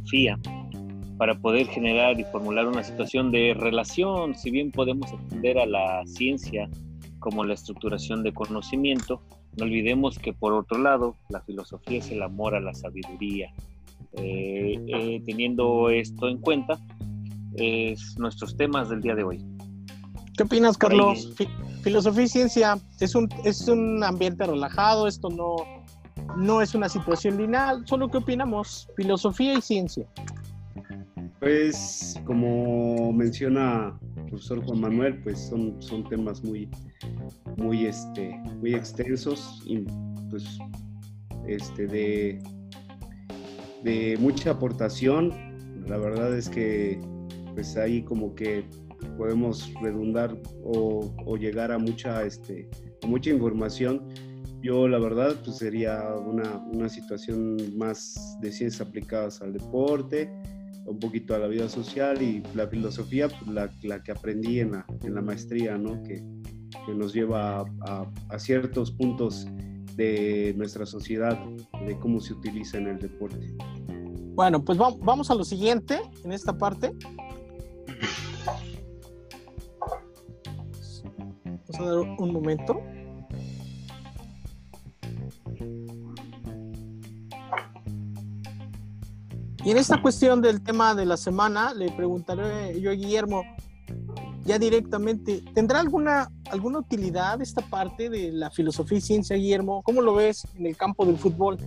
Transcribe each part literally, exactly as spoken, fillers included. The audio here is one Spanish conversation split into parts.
filosofía para poder generar y formular una situación de relación. Si bien podemos entender a la ciencia como la estructuración de conocimiento, no olvidemos que por otro lado la filosofía es el amor a la sabiduría. Eh, eh, teniendo esto en cuenta, es nuestros temas del día de hoy. ¿Qué opinas, Carlos? Fi- filosofía y ciencia es un, es un ambiente relajado, esto no, no es una situación lineal, solo ¿qué opinamos? Filosofía y ciencia. Pues, como menciona el profesor Juan Manuel, pues son, son temas muy, muy, este, muy extensos y pues este, de, de mucha aportación. La verdad es que pues ahí como que podemos redundar o, o llegar a mucha, este, a mucha información. Yo la verdad pues sería una, una situación más de ciencias aplicadas al deporte, un poquito a la vida social, y la filosofía, pues, la, la que aprendí en la, en la maestría, ¿no? Que, que nos lleva a, a, a ciertos puntos de nuestra sociedad, de cómo se utiliza en el deporte. Bueno, pues va, vamos a lo siguiente en esta parte. Vamos a dar un momento. Y en esta cuestión del tema de la semana, le preguntaré yo a Guillermo, ya directamente, ¿tendrá alguna, alguna utilidad esta parte de la filosofía y ciencia, Guillermo? ¿Cómo lo ves en el campo del fútbol?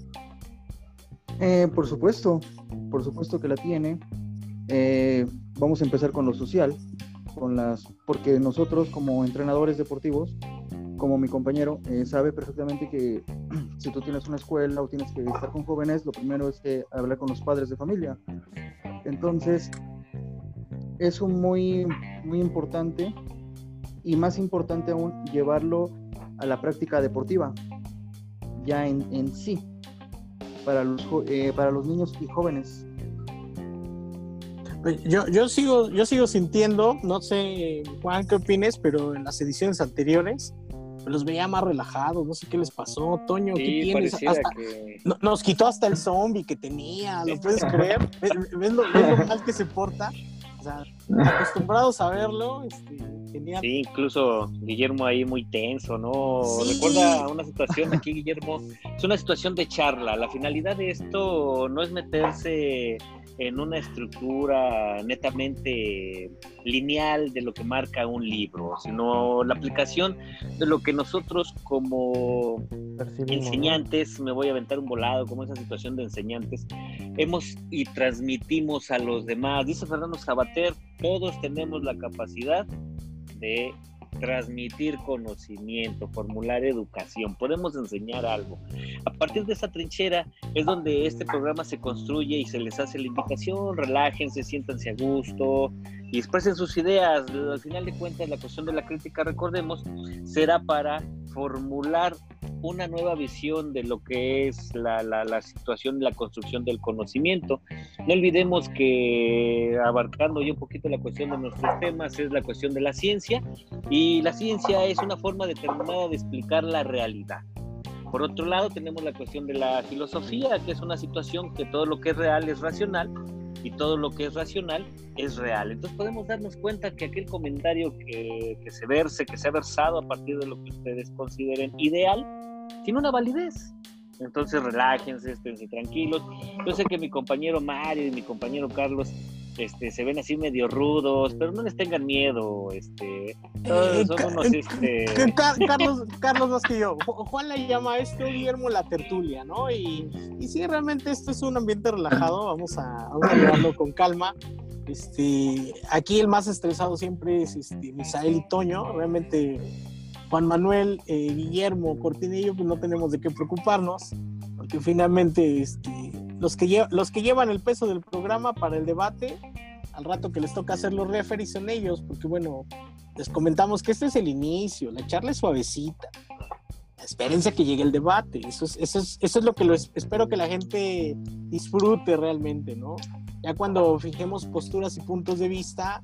Eh, por supuesto, por supuesto que la tiene. Eh, vamos a empezar con lo social, con las, porque nosotros como entrenadores deportivos, como mi compañero, eh, sabe perfectamente que si tú tienes una escuela o tienes que estar con jóvenes, lo primero es que hablar con los padres de familia. Entonces, es un muy, muy importante, y más importante aún, llevarlo a la práctica deportiva, ya en, en sí, para los, eh, para los niños y jóvenes. Yo, yo, sigo, yo sigo sintiendo, no sé, Juan, qué opines, pero en las ediciones anteriores los veía más relajados, no sé qué les pasó. Toño, Sí, ¿qué tienes? Hasta, que... no, nos quitó hasta el zombie que tenía, ¿lo puedes creer? ¿Ves, ves, lo, ¿Ves lo mal que se porta? O sea, acostumbrados a verlo, este, tenía... Sí, incluso Guillermo ahí muy tenso, ¿no? Sí. Recuerda una situación aquí, Guillermo, es una situación de charla. La finalidad de esto no es meterse en una estructura netamente lineal de lo que marca un libro, sino la aplicación de lo que nosotros como percibimos, enseñantes, ¿no? Me voy a aventar un volado, como esa situación de enseñantes, hemos y transmitimos a los demás. Dice Fernando Sabater, todos tenemos la capacidad de transmitir conocimiento, formular educación, podemos enseñar algo. A partir de esa trinchera es donde este programa se construye y se les hace la invitación, relájense, siéntanse a gusto y expresen sus ideas. Al final de cuentas, la cuestión de la crítica, recordemos, será para formular una nueva visión de lo que es la, la, la situación de la construcción del conocimiento. No olvidemos que, abarcando ya un poquito la cuestión de nuestros temas, es la cuestión de la ciencia, y la ciencia es una forma determinada de explicar la realidad. Por otro lado, tenemos la cuestión de la filosofía, que es una situación que todo lo que es real es racional, y todo lo que es racional es real. Entonces podemos darnos cuenta que aquel comentario que, que se verse, que se ha versado a partir de lo que ustedes consideren ideal, tiene una validez. Entonces relájense, esténse tranquilos. Yo sé que mi compañero Mario y mi compañero Carlos este, se ven así medio rudos, pero no les tengan miedo. Este, todos son unos, este... Carlos, Carlos más que yo. Juan le llama a esto, Guillermo, la tertulia, ¿no? Y, y sí, realmente esto es un ambiente relajado. Vamos a, vamos a llevarlo con calma. Este, aquí el más estresado siempre es este, Misael y Toño. Realmente Juan Manuel, eh, Guillermo, Cortinillo, pues no tenemos de qué preocuparnos, porque finalmente este, los, que lle- los que llevan el peso del programa para el debate, al rato que les toca hacer los referees son ellos, porque bueno, les comentamos que este es el inicio, la charla es suavecita, espérense a que llegue el debate, eso es, eso es, eso es lo que lo es, espero que la gente disfrute realmente, ¿no? Ya cuando fijemos posturas y puntos de vista,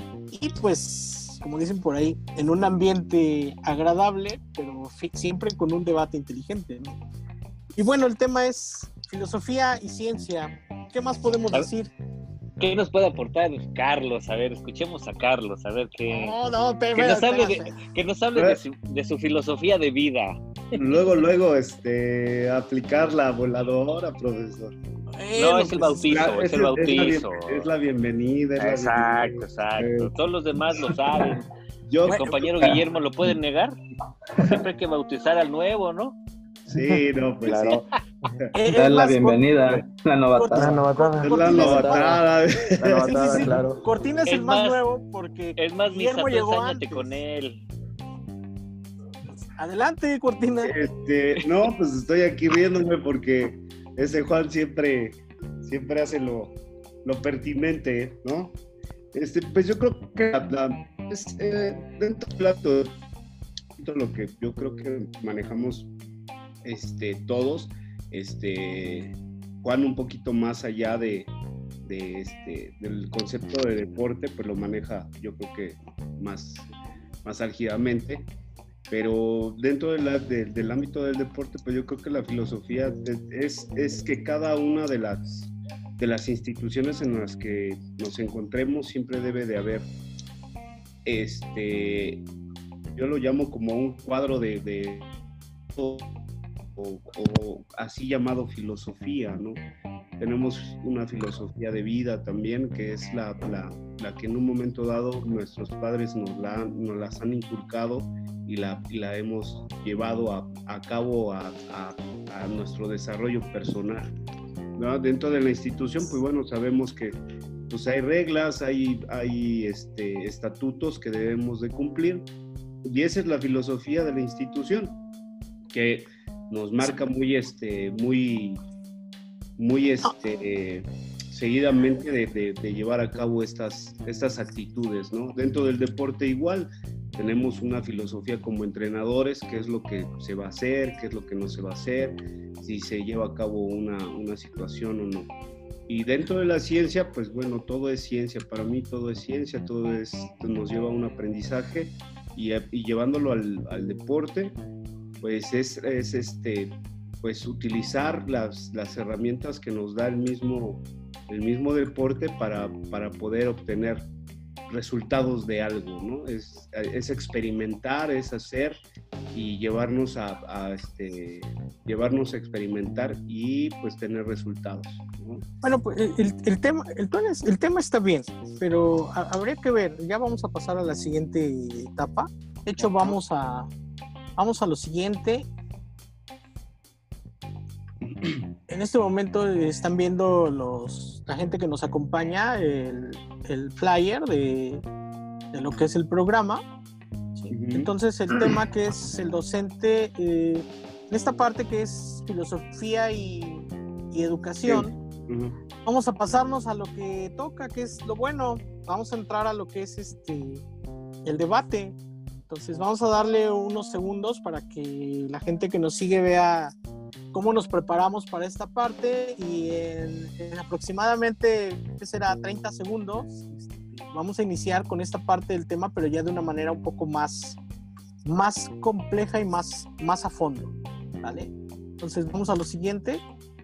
y pues como dicen por ahí, en un ambiente agradable, pero fi- siempre con un debate inteligente, ¿no? Y bueno, el tema es filosofía y ciencia. ¿Qué más podemos decir? ¿Qué nos puede aportar Carlos? A ver, escuchemos a Carlos, a ver qué... No, no, que, espera, nos hable, espera, de, espera. que nos hable de, su, de su filosofía de vida. Luego, luego, este, aplicar la voladora, profesor. No, es el bautizo, La- es el es, bautizo. la, es la bienvenida. Es la Exacto, bienvenida. exacto. Eh, Todos los demás lo saben. Yo, El compañero Guillermo lo puede negar. Siempre hay que bautizar al nuevo, ¿no? sí, no, pues Claro. Eh, Dar es la más, bienvenida, la novatada. Cortina- novatada. sí. Es la Cortina es el más- novatada. La Sí, novatada, sí, sí. claro. Cortina es, Es el más, más- nuevo porque Es más, Misa, Guillermo tú llegó ensáñate antes. con él. Adelante, Cortina. Este, no, pues estoy aquí riéndome porque ese Juan siempre, siempre hace lo, lo pertinente, ¿no? Este, pues yo creo que la, la- es, eh, dentro del plato, dentro de lo que yo creo que manejamos este, todos, este, Juan un poquito más allá de, de este, del concepto de deporte, pues lo maneja yo creo que más, más álgidamente. Pero dentro de la, de, del ámbito del deporte, pues yo creo que la filosofía de, es, es que cada una de las, de las instituciones en las que nos encontremos siempre debe de haber, este, yo lo llamo como un cuadro de, de o, o así llamado filosofía, ¿no? Tenemos una filosofía de vida también, que es la, la, la que en un momento dado nuestros padres nos, la, nos las han inculcado y la, y la hemos llevado a, a cabo a, a, a nuestro desarrollo personal, ¿no? Dentro de la institución, pues bueno, sabemos que pues hay reglas, hay, hay este, estatutos que debemos de cumplir, y esa es la filosofía de la institución, que nos marca muy, este, muy, muy este, seguidamente de, de, de llevar a cabo estas, estas actitudes, ¿no? Dentro del deporte igual, tenemos una filosofía como entrenadores, qué es lo que se va a hacer, qué es lo que no se va a hacer, si se lleva a cabo una, una situación o no. Y dentro de la ciencia, pues bueno, todo es ciencia, para mí todo es ciencia, todo es, nos lleva a un aprendizaje y, y llevándolo al, al deporte, pues es, es este, pues utilizar las, las herramientas que nos da el mismo, el mismo deporte para, para poder obtener resultados de algo, ¿no? Es, es experimentar, es hacer y llevarnos a, a este, llevarnos a experimentar y pues tener resultados, ¿no? Bueno, pues el, el tema, el, el tema está bien, pero a, habría que ver. Ya vamos a pasar a la siguiente etapa. De hecho, vamos a vamos a lo siguiente. En este momento están viendo los, la gente que nos acompaña el, el flyer de, de lo que es el programa. ¿Sí? Uh-huh. Entonces el tema que es el docente, eh, en esta parte que es filosofía y, y educación, uh-huh. Vamos a pasarnos a lo que toca, que es lo bueno. Vamos a entrar a lo que es este el debate. Entonces vamos a darle unos segundos para que la gente que nos sigue vea cómo nos preparamos para esta parte y en, en aproximadamente, ¿qué será? treinta segundos vamos a iniciar con esta parte del tema, pero ya de una manera un poco más, más compleja y más, más a fondo, ¿vale? Entonces vamos a lo siguiente.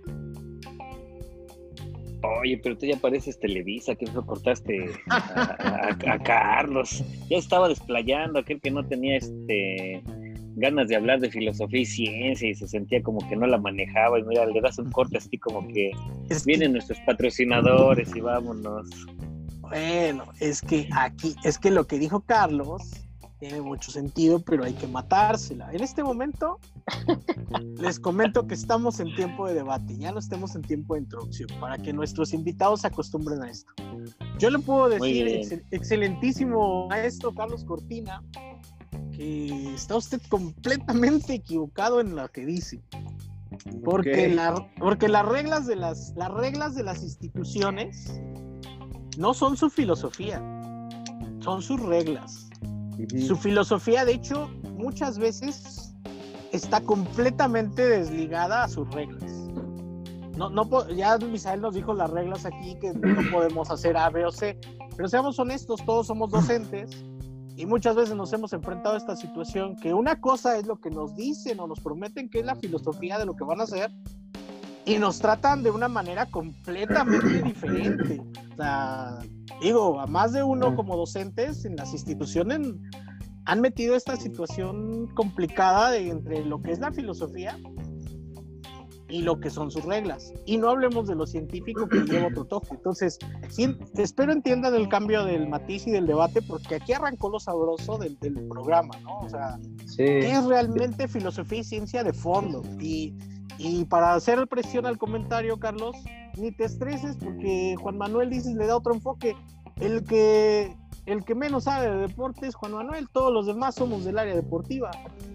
Oye, pero tú ya pareces Televisa, que eso cortaste a, a, a Carlos. Ya estaba desplayando aquel que no tenía este ganas de hablar de filosofía y ciencia y se sentía como que no la manejaba y mira, le das un corte así como que es vienen que... nuestros patrocinadores y vámonos. Bueno, es que aquí, es que lo que dijo Carlos tiene mucho sentido, pero hay que matársela. En este momento les comento que estamos en tiempo de debate, ya no estemos en tiempo de introducción, para que nuestros invitados se acostumbren a esto. Yo le puedo decir, ex- excelentísimo maestro Carlos Cortina, que está usted completamente equivocado en lo que dice. Porque, okay. la, porque las reglas de las, las reglas de las instituciones no son su filosofía, son sus reglas. Uh-huh. Su filosofía, de hecho, muchas veces está completamente desligada a sus reglas. No, no, ya Misael nos dijo las reglas aquí, que no podemos hacer A, B o C, pero seamos honestos, todos somos docentes y muchas veces nos hemos enfrentado a esta situación, que una cosa es lo que nos dicen o nos prometen que es la filosofía de lo que van a hacer, y nos tratan de una manera completamente diferente. O sea, digo, a más de uno como docentes en las instituciones han metido esta situación complicada de entre lo que es la filosofía y lo que son sus reglas. Y no hablemos de lo científico, que lleva otro toque. Entonces, sí, espero entiendan el cambio del matiz y del debate, porque aquí arrancó lo sabroso del, del programa, ¿no? O sea, Sí. ¿qué es realmente filosofía y ciencia de fondo? Y, y para hacer presión al comentario, Carlos, ni te estreses, porque Juan Manuel dices le da otro enfoque. El que, el que menos sabe de deportes, Juan Manuel, todos los demás somos del área deportiva.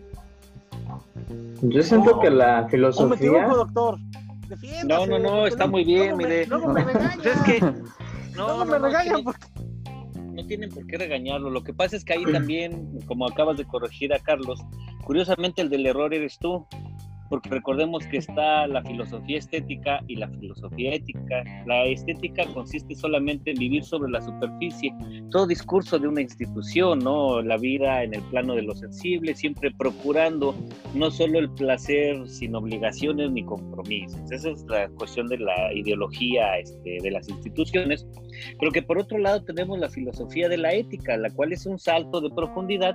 Yo siento No. que la ¿O me filosofía... equivoco, doctor? Defiéndase, No, no, no, porque está luego- muy bien, luego me- mire. Luego me regañan. Pues es que no, luego no, me no, regañan tiene- porque... no tienen por qué regañarlo. Lo que pasa es que ahí también, como acabas de corregir a Carlos, curiosamente el del error eres tú, porque recordemos que está la filosofía estética y la filosofía ética. La estética consiste solamente en vivir sobre la superficie, todo discurso de una institución, ¿no? La vida en el plano de lo sensible, siempre procurando no solo el placer sin obligaciones ni compromisos. Esa es la cuestión de la ideología este, de las instituciones, pero que por otro lado tenemos la filosofía de la ética, la cual es un salto de profundidad.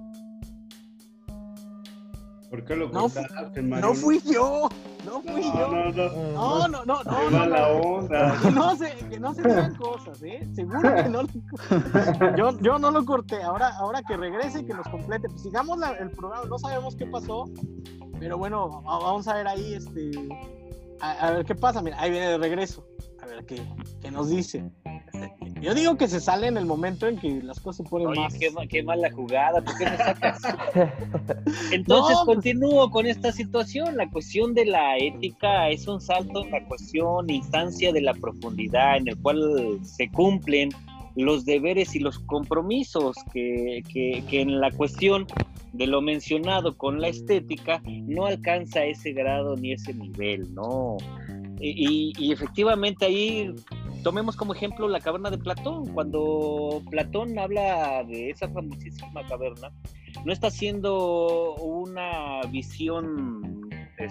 ¿Por qué lo No, cortaste, Mario? No fui yo, no fui No, yo. no, no. No, no, no, Qué no, no, mala no. onda. Que no se, que no se digan cosas, ¿eh? Seguro que no. Yo, yo no lo corté. Ahora, ahora que regrese y que nos complete. Pues sigamos la- el programa. No sabemos qué pasó, pero bueno, va- vamos a ver ahí, este, a, a ver qué pasa. Mira, ahí viene de regreso. A ver qué, qué nos dice. Yo digo que se sale en el momento en que las cosas se ponen Oye, más. qué, ma- qué mala jugada, ¿por qué me sacas? Entonces No, pues- continúo con esta situación. La cuestión de la ética es un salto en la cuestión, instancia de la profundidad en el cual se cumplen los deberes y los compromisos que, que, que en la cuestión de lo mencionado con la estética no alcanza ese grado ni ese nivel, ¿no? Y, y, y efectivamente ahí tomemos como ejemplo la caverna de Platón. Cuando Platón habla de esa famosísima caverna, no está haciendo una visión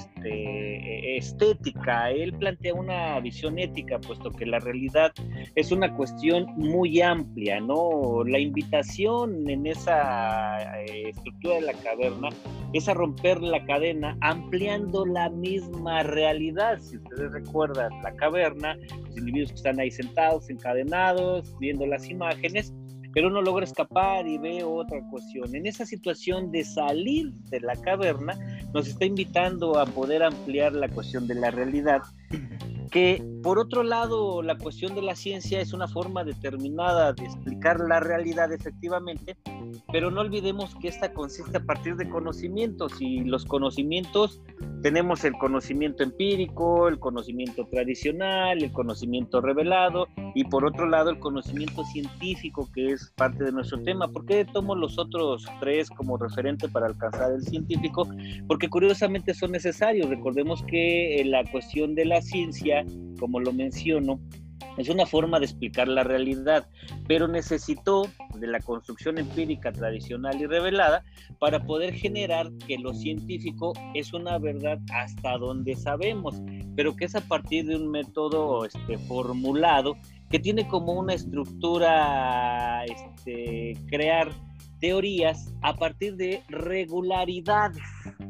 este, estética, él plantea una visión ética, puesto que la realidad es una cuestión muy amplia, ¿no? La invitación en esa eh, estructura de la caverna es a romper la cadena, ampliando la misma realidad. Si ustedes recuerdan la caverna, los individuos que están ahí sentados, encadenados, viendo las imágenes, pero uno logra escapar y ve otra cuestión. En esa situación de salir de la caverna, nos está invitando a poder ampliar la cuestión de la realidad, que por otro lado la cuestión de la ciencia es una forma determinada de explicar la realidad efectivamente, pero no olvidemos que esta consiste a partir de conocimientos, y los conocimientos tenemos el conocimiento empírico, el conocimiento tradicional, el conocimiento revelado, y por otro lado el conocimiento científico, que es parte de nuestro tema. ¿Por qué tomo los otros tres como referente para alcanzar el científico? Porque curiosamente son necesarios. Recordemos que la cuestión de la ciencia, como lo menciono, es una forma de explicar la realidad, pero necesitó de la construcción empírica tradicional y revelada para poder generar que lo científico es una verdad hasta donde sabemos, pero que es a partir de un método este, formulado que tiene como una estructura este, crear teorías a partir de regularidades.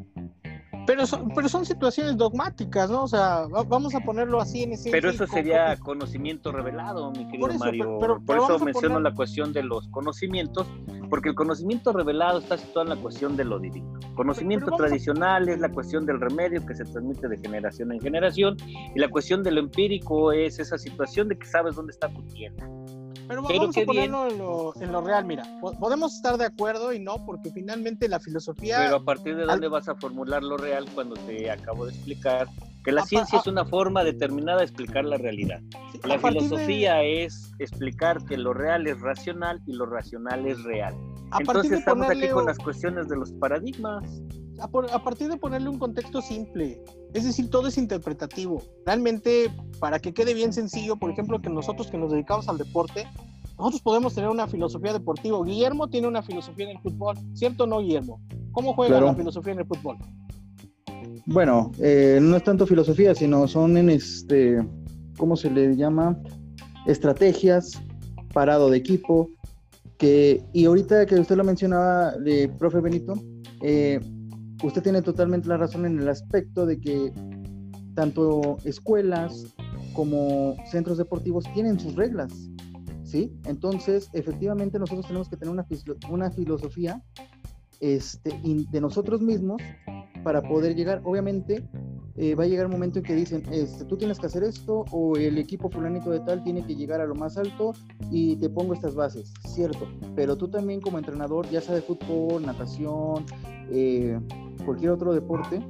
Pero son, pero son situaciones dogmáticas, ¿no? O sea, va- vamos a ponerlo así en ese... Pero eso con- sería con- conocimiento revelado, mi querido Por eso, Mario. pero- pero- Por pero eso vamos a menciono poner- la cuestión de los conocimientos, porque el conocimiento revelado está situado en la cuestión de lo divino. Conocimiento Pero vamos a- tradicional es la cuestión del remedio que se transmite de generación en generación, y la cuestión de lo empírico es esa situación de que sabes dónde está tu tienda. Pero, Pero vamos qué a ponerlo en lo, en lo real, mira. po- Podemos estar de acuerdo y no, porque finalmente la filosofía... Pero a partir de dónde al- vas a formular lo real cuando te acabo de explicar que la A pa- ciencia a- es una forma determinada de explicar la realidad. sí, La a partir de- filosofía es explicar que lo real es racional y lo racional es real. a partir Entonces de estamos aquí ponerle con un- las cuestiones de los paradigmas. a, por- a partir de ponerle un contexto simple, es decir, todo es interpretativo. Realmente, para que quede bien sencillo, por ejemplo, que nosotros que nos dedicamos al deporte, nosotros podemos tener una filosofía deportiva. Guillermo tiene una filosofía en el fútbol, ¿cierto o no, Guillermo? ¿Cómo juega Claro. la filosofía en el fútbol? Bueno, eh, no es tanto filosofía, sino son en este, ¿cómo se le llama? Estrategias, parado de equipo, que, y ahorita que usted lo mencionaba, de profe Benito, eh, usted tiene totalmente la razón en el aspecto de que tanto escuelas como centros deportivos tienen sus reglas, ¿sí? Entonces, efectivamente, nosotros tenemos que tener una, una filosofía este, de nosotros mismos para poder llegar. Obviamente, eh, va a llegar un momento en que dicen, este, tú tienes que hacer esto, o el equipo fulanito de tal tiene que llegar a lo más alto y te pongo estas bases, cierto, pero tú también como entrenador, ya sea de fútbol, natación, eh, cualquier otro deporte,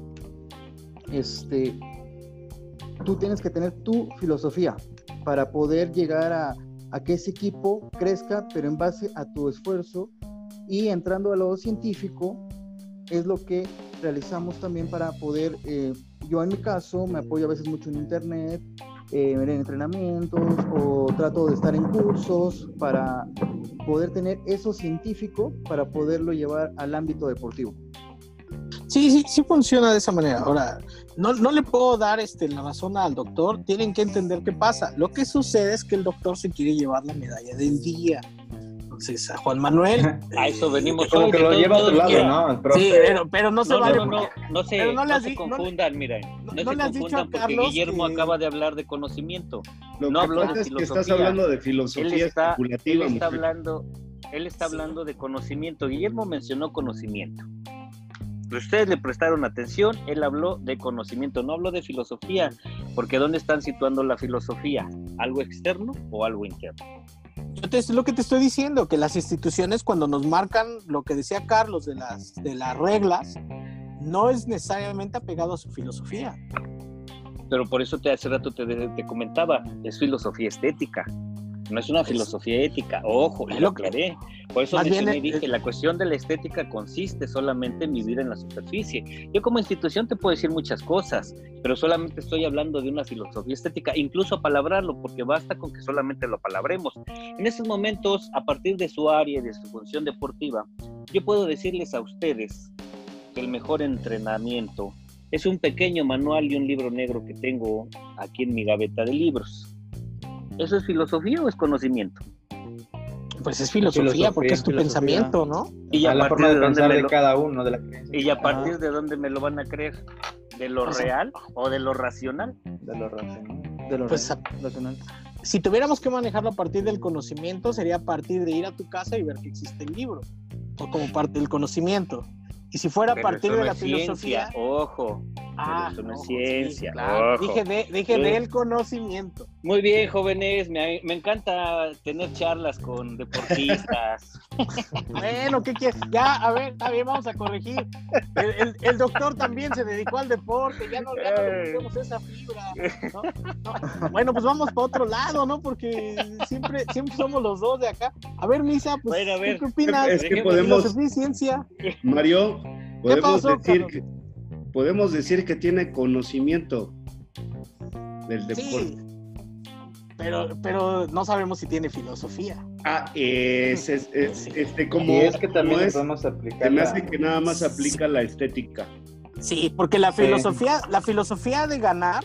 este, tú tienes que tener tu filosofía para poder llegar a, a que ese equipo crezca, pero en base a tu esfuerzo. Y entrando a lo científico, es lo que realizamos también para poder, eh, yo en mi caso me apoyo a veces mucho en internet, eh, en entrenamientos, o trato de estar en cursos para poder tener eso científico para poderlo llevar al ámbito deportivo. Sí, sí, sí funciona de esa manera. Ahora, no, no le puedo dar este, la razón al doctor, tienen que entender qué pasa. Lo que sucede es que el doctor se quiere llevar la medalla del día. Entonces, a Juan Manuel... A eso venimos como hoy. que lo lleva a otro lado, ¿no? El profe. Sí, pero, pero no se No, vale. no, no, no, no se, pero no le no has se di- no le- confundan, miren. no- No, no se le has dicho confundan a porque Carlos Guillermo que- acaba de hablar de conocimiento. Lo No que habló de pasa es que estás filosofía. hablando de Él filosofía está, él especulativa, está muchacho. hablando, él está Sí. hablando de conocimiento. Guillermo mencionó conocimiento. Ustedes le prestaron atención, él habló de conocimiento, no habló de filosofía, porque ¿dónde están situando la filosofía? ¿Algo externo o algo interno? Yo te, es lo que te estoy diciendo, que las instituciones cuando nos marcan lo que decía Carlos de las, de las reglas, no es necesariamente apegado a su filosofía. Pero por eso te, hace rato te, te comentaba, es filosofía estética, no es una filosofía ética, ojo, y Es lo lo que- aclaré. Por eso más mencioné bien, y dije, eh, la cuestión de la estética consiste solamente en vivir en la superficie. Yo como institución te puedo decir muchas cosas, pero solamente estoy hablando de una filosofía estética, incluso apalabrarlo, porque basta con que solamente lo apalabremos. En estos momentos, a partir de su área y de su función deportiva, yo puedo decirles a ustedes que el mejor entrenamiento es un pequeño manual y un libro negro que tengo aquí en mi gaveta de libros. ¿Eso es filosofía o es conocimiento? Pues es filosofía, Filosofía, porque es tu filosofía. pensamiento, ¿no? Y A a la partir forma de de dónde pensar me de lo, cada uno, de la creencia. y a partir Ah. de dónde me lo van a creer, de lo O sea, real o de lo racional. De lo racional. De lo Pues, racional. Si tuviéramos que manejarlo a partir del conocimiento, sería a partir de ir a tu casa y ver que existe el libro, o como parte del conocimiento. Y si fuera a Pero partir eso de no la es filosofía... ciencia, ojo. Ah, eso no es ojo, ciencia, sí, claro. ojo. Dije, de, dije Sí. del conocimiento. Muy bien, jóvenes, me, me encanta tener charlas con deportistas. Bueno, ¿qué quieres? Ya, a ver, está bien, vamos a corregir. El, el- el doctor también se dedicó al deporte, ya no, ya no le metemos esa fibra. ¿no? No. Bueno, pues vamos para otro lado, ¿no? Porque siempre, siempre somos los dos de acá. A ver, Misa, pues, Bueno, a ver, ¿tú ¿qué opinas? es que de podemos- filosofía y ciencia? Mario, podemos pasó, decir Carlos? que podemos decir que tiene conocimiento del deporte. Sí, pero, pero no sabemos si tiene filosofía. Ah, es, es, es- Sí. este como Y es que también como le es, podemos aplicar. se me la- hace que nada más aplica la estética. Sí, porque la Sí. filosofía, la filosofía de ganar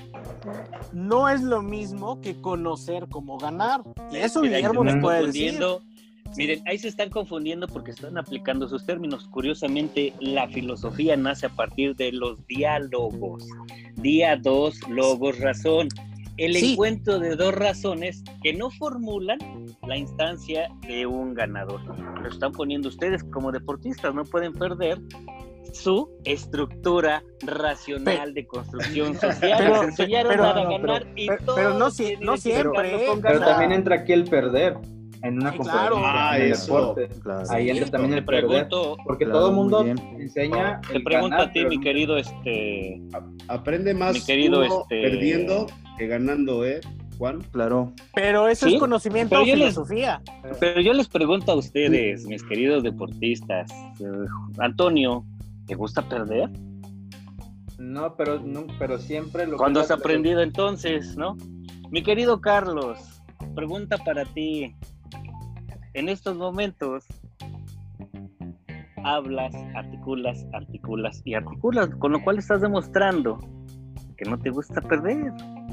no es lo mismo que conocer cómo ganar. Y eso Mira, ahí se Guillermo nos están puede decir. confundiendo. Miren, ahí se están confundiendo porque están aplicando sus términos. Curiosamente, la filosofía nace a partir de los diálogos. Día, dos, logos, razón. El Sí. encuentro de dos razones que no formulan la instancia de un ganador. Lo están poniendo ustedes como deportistas, no pueden perder su estructura racional de construcción social. pero- Les enseñaron pero- a no, ganar pero- y pero- todo pero no si- tiene no que siempre, verlo con ¿eh? Pero ganar. también entra aquí el perder en una Sí, competencia, claro. Ah, en el eso. deporte. Claro. Ahí entra también Te el perder. pregunto, Porque Claro, todo el mundo muy bien. enseña. te el pregunto ganar, a ti, pero mi no- querido, este, Aprende más Mi querido, uno este- perdiendo que ganando, ¿eh, Juan? Claro. Pero eso Sí, es conocimiento pero o yo les- filosofía. pero yo les pregunto a ustedes, mis queridos deportistas, eh, Antonio, ¿te gusta perder? No, pero, no, pero siempre lo ¿Cuándo que- has aprendido entonces, no? Mi querido Carlos, pregunta para ti. En estos momentos, hablas, articulas, articulas y articulas, con lo cual estás demostrando que no te gusta perder.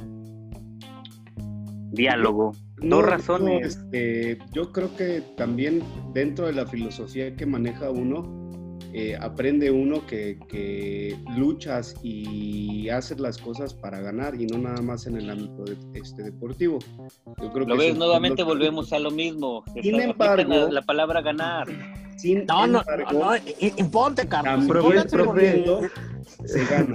Diálogo, No, dos no, razones. este, yo creo que también dentro de la filosofía que maneja uno, eh, aprende uno que, que luchas y haces las cosas para ganar y no nada más en el ámbito de, este, deportivo. Yo creo Lo que ves, eso- nuevamente lo- volvemos a lo mismo. Sin Está- embargo- aplican la, la palabra ganar. Sin No, no, embargo, no, i- imponte, Carlos. también Impónganse porque- perdiendo se gana.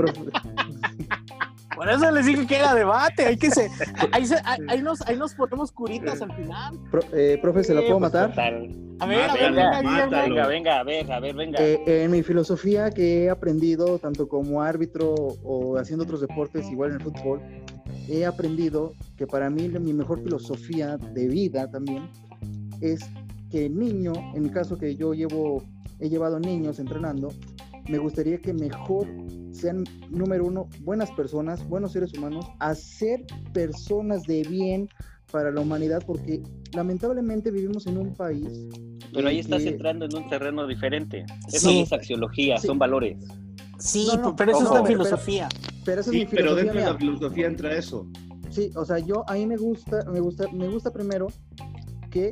Por eso les dije que era debate. Hay que se, ahí, se- ahí, ahí nos, ahí nos ponemos curitas al final. Pro- eh, profe, ¿se la Sí, puedo pues, matar? total. A ver, a ver, Mátalo, venga, Guillermo. mátalo. Venga, venga, a ver, a ver, venga. Eh, en mi filosofía que he aprendido, tanto como árbitro o haciendo otros deportes, igual en el fútbol, he aprendido que para mí mi mejor filosofía de vida también es que el niño, en mi caso que yo llevo, he llevado niños entrenando, me gustaría que mejor sean, número uno, buenas personas, buenos seres humanos, hacer personas de bien para la humanidad, porque lamentablemente vivimos en un país. Pero ahí eh, estás que- entrando en un terreno diferente. Eso Sí. no es axiología, Sí. son valores. Sí, No, no, pero eso ojo, es la pero- filosofía. Pero esa Sí, es mi pero filosofía dentro de mía. la filosofía entra eso. Sí, o sea, yo a mí me gusta, me gusta, me gusta primero que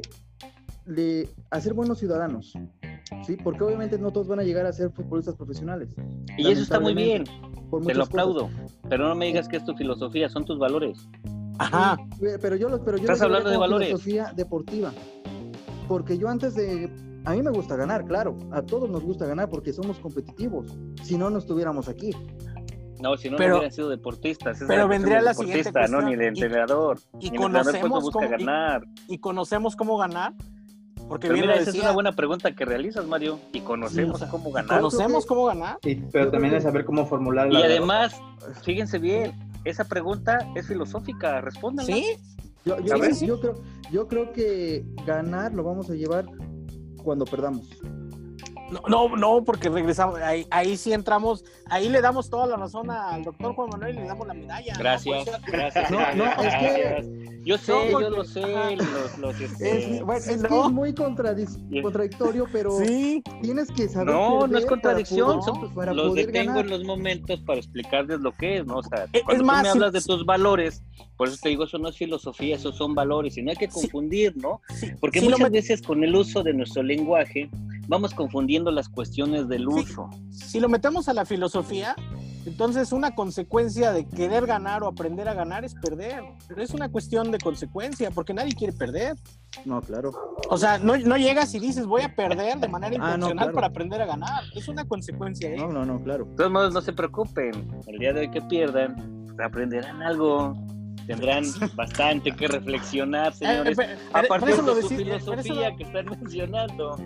le hacer buenos ciudadanos, sí, porque obviamente no todos van a llegar a ser futbolistas profesionales. Y eso está muy bien, lamentablemente, por te muchas lo cosas. aplaudo. Pero no me digas que es tu filosofía, son tus valores. Ajá. Sí, pero yo, lo- pero yo Estás lo llevaría hablando de como valores. filosofía deportiva, porque yo antes de, a mí me gusta ganar, claro, a todos nos gusta ganar porque somos competitivos. Si no, no estuviéramos aquí. No, si no, Pero- no hubieran sido deportistas. Esa pero es la vendría cuestión la del siguiente deportista, no, cuestión. ni el Y- entrenador. Y Ni el entrenador pues, no conocemos busca cómo, y, ganar. y conocemos cómo ganar. Porque Pero bien mira, lo esa es decía, una buena pregunta que realizas, Mario. Y conocemos Sí, o sea, cómo y ganar. conocemos cómo ganar. Sí, pero también es saber cómo formular Y la además, fíjense bien, esa pregunta es filosófica, respóndanla. Sí, Yo, yo, A ver. yo creo, yo creo que ganar lo vamos a llevar cuando perdamos. no, no, no, porque regresamos, ahí, ahí sí entramos, ahí le damos toda la razón al doctor Juan Manuel y le damos la medalla. ¿no? Gracias, Por eso- gracias. No, no, es que- gracias. Yo sé, No, yo porque- lo sé, ajá. los, los, este, Es, bueno, sí, es que no. es muy contradic- Bien. contradictorio, pero Sí, tienes que saber. No, no perder es contradicción, para son poder- tus- para los poder detengo ganar. en los momentos para explicarles lo que es, ¿no? O sea, Es- cuando es más, tú me si- hablas de tus valores, por eso te digo, eso no es filosofía, esos son valores, y no hay que Sí. confundir, ¿no? sí, Porque sí lo muchas met- veces con el uso de nuestro lenguaje vamos confundiendo las cuestiones del Sí. uso. si lo metemos a la filosofía, entonces una consecuencia de querer ganar o aprender a ganar es perder. Pero es una cuestión de consecuencia, porque nadie quiere perder. No, claro. O sea, no, no llegas y dices voy a perder de manera Ah, no, intencional claro. para aprender a ganar. Es una consecuencia, ¿eh? No, no, no, claro. De todos modos, no se preocupen, el día de hoy que pierdan, pues, aprenderán algo, tendrán bastante que reflexionar, Eh, señores, pero- a pero partir eso lo de su decide- pero eso filosofía lo- que están mencionando.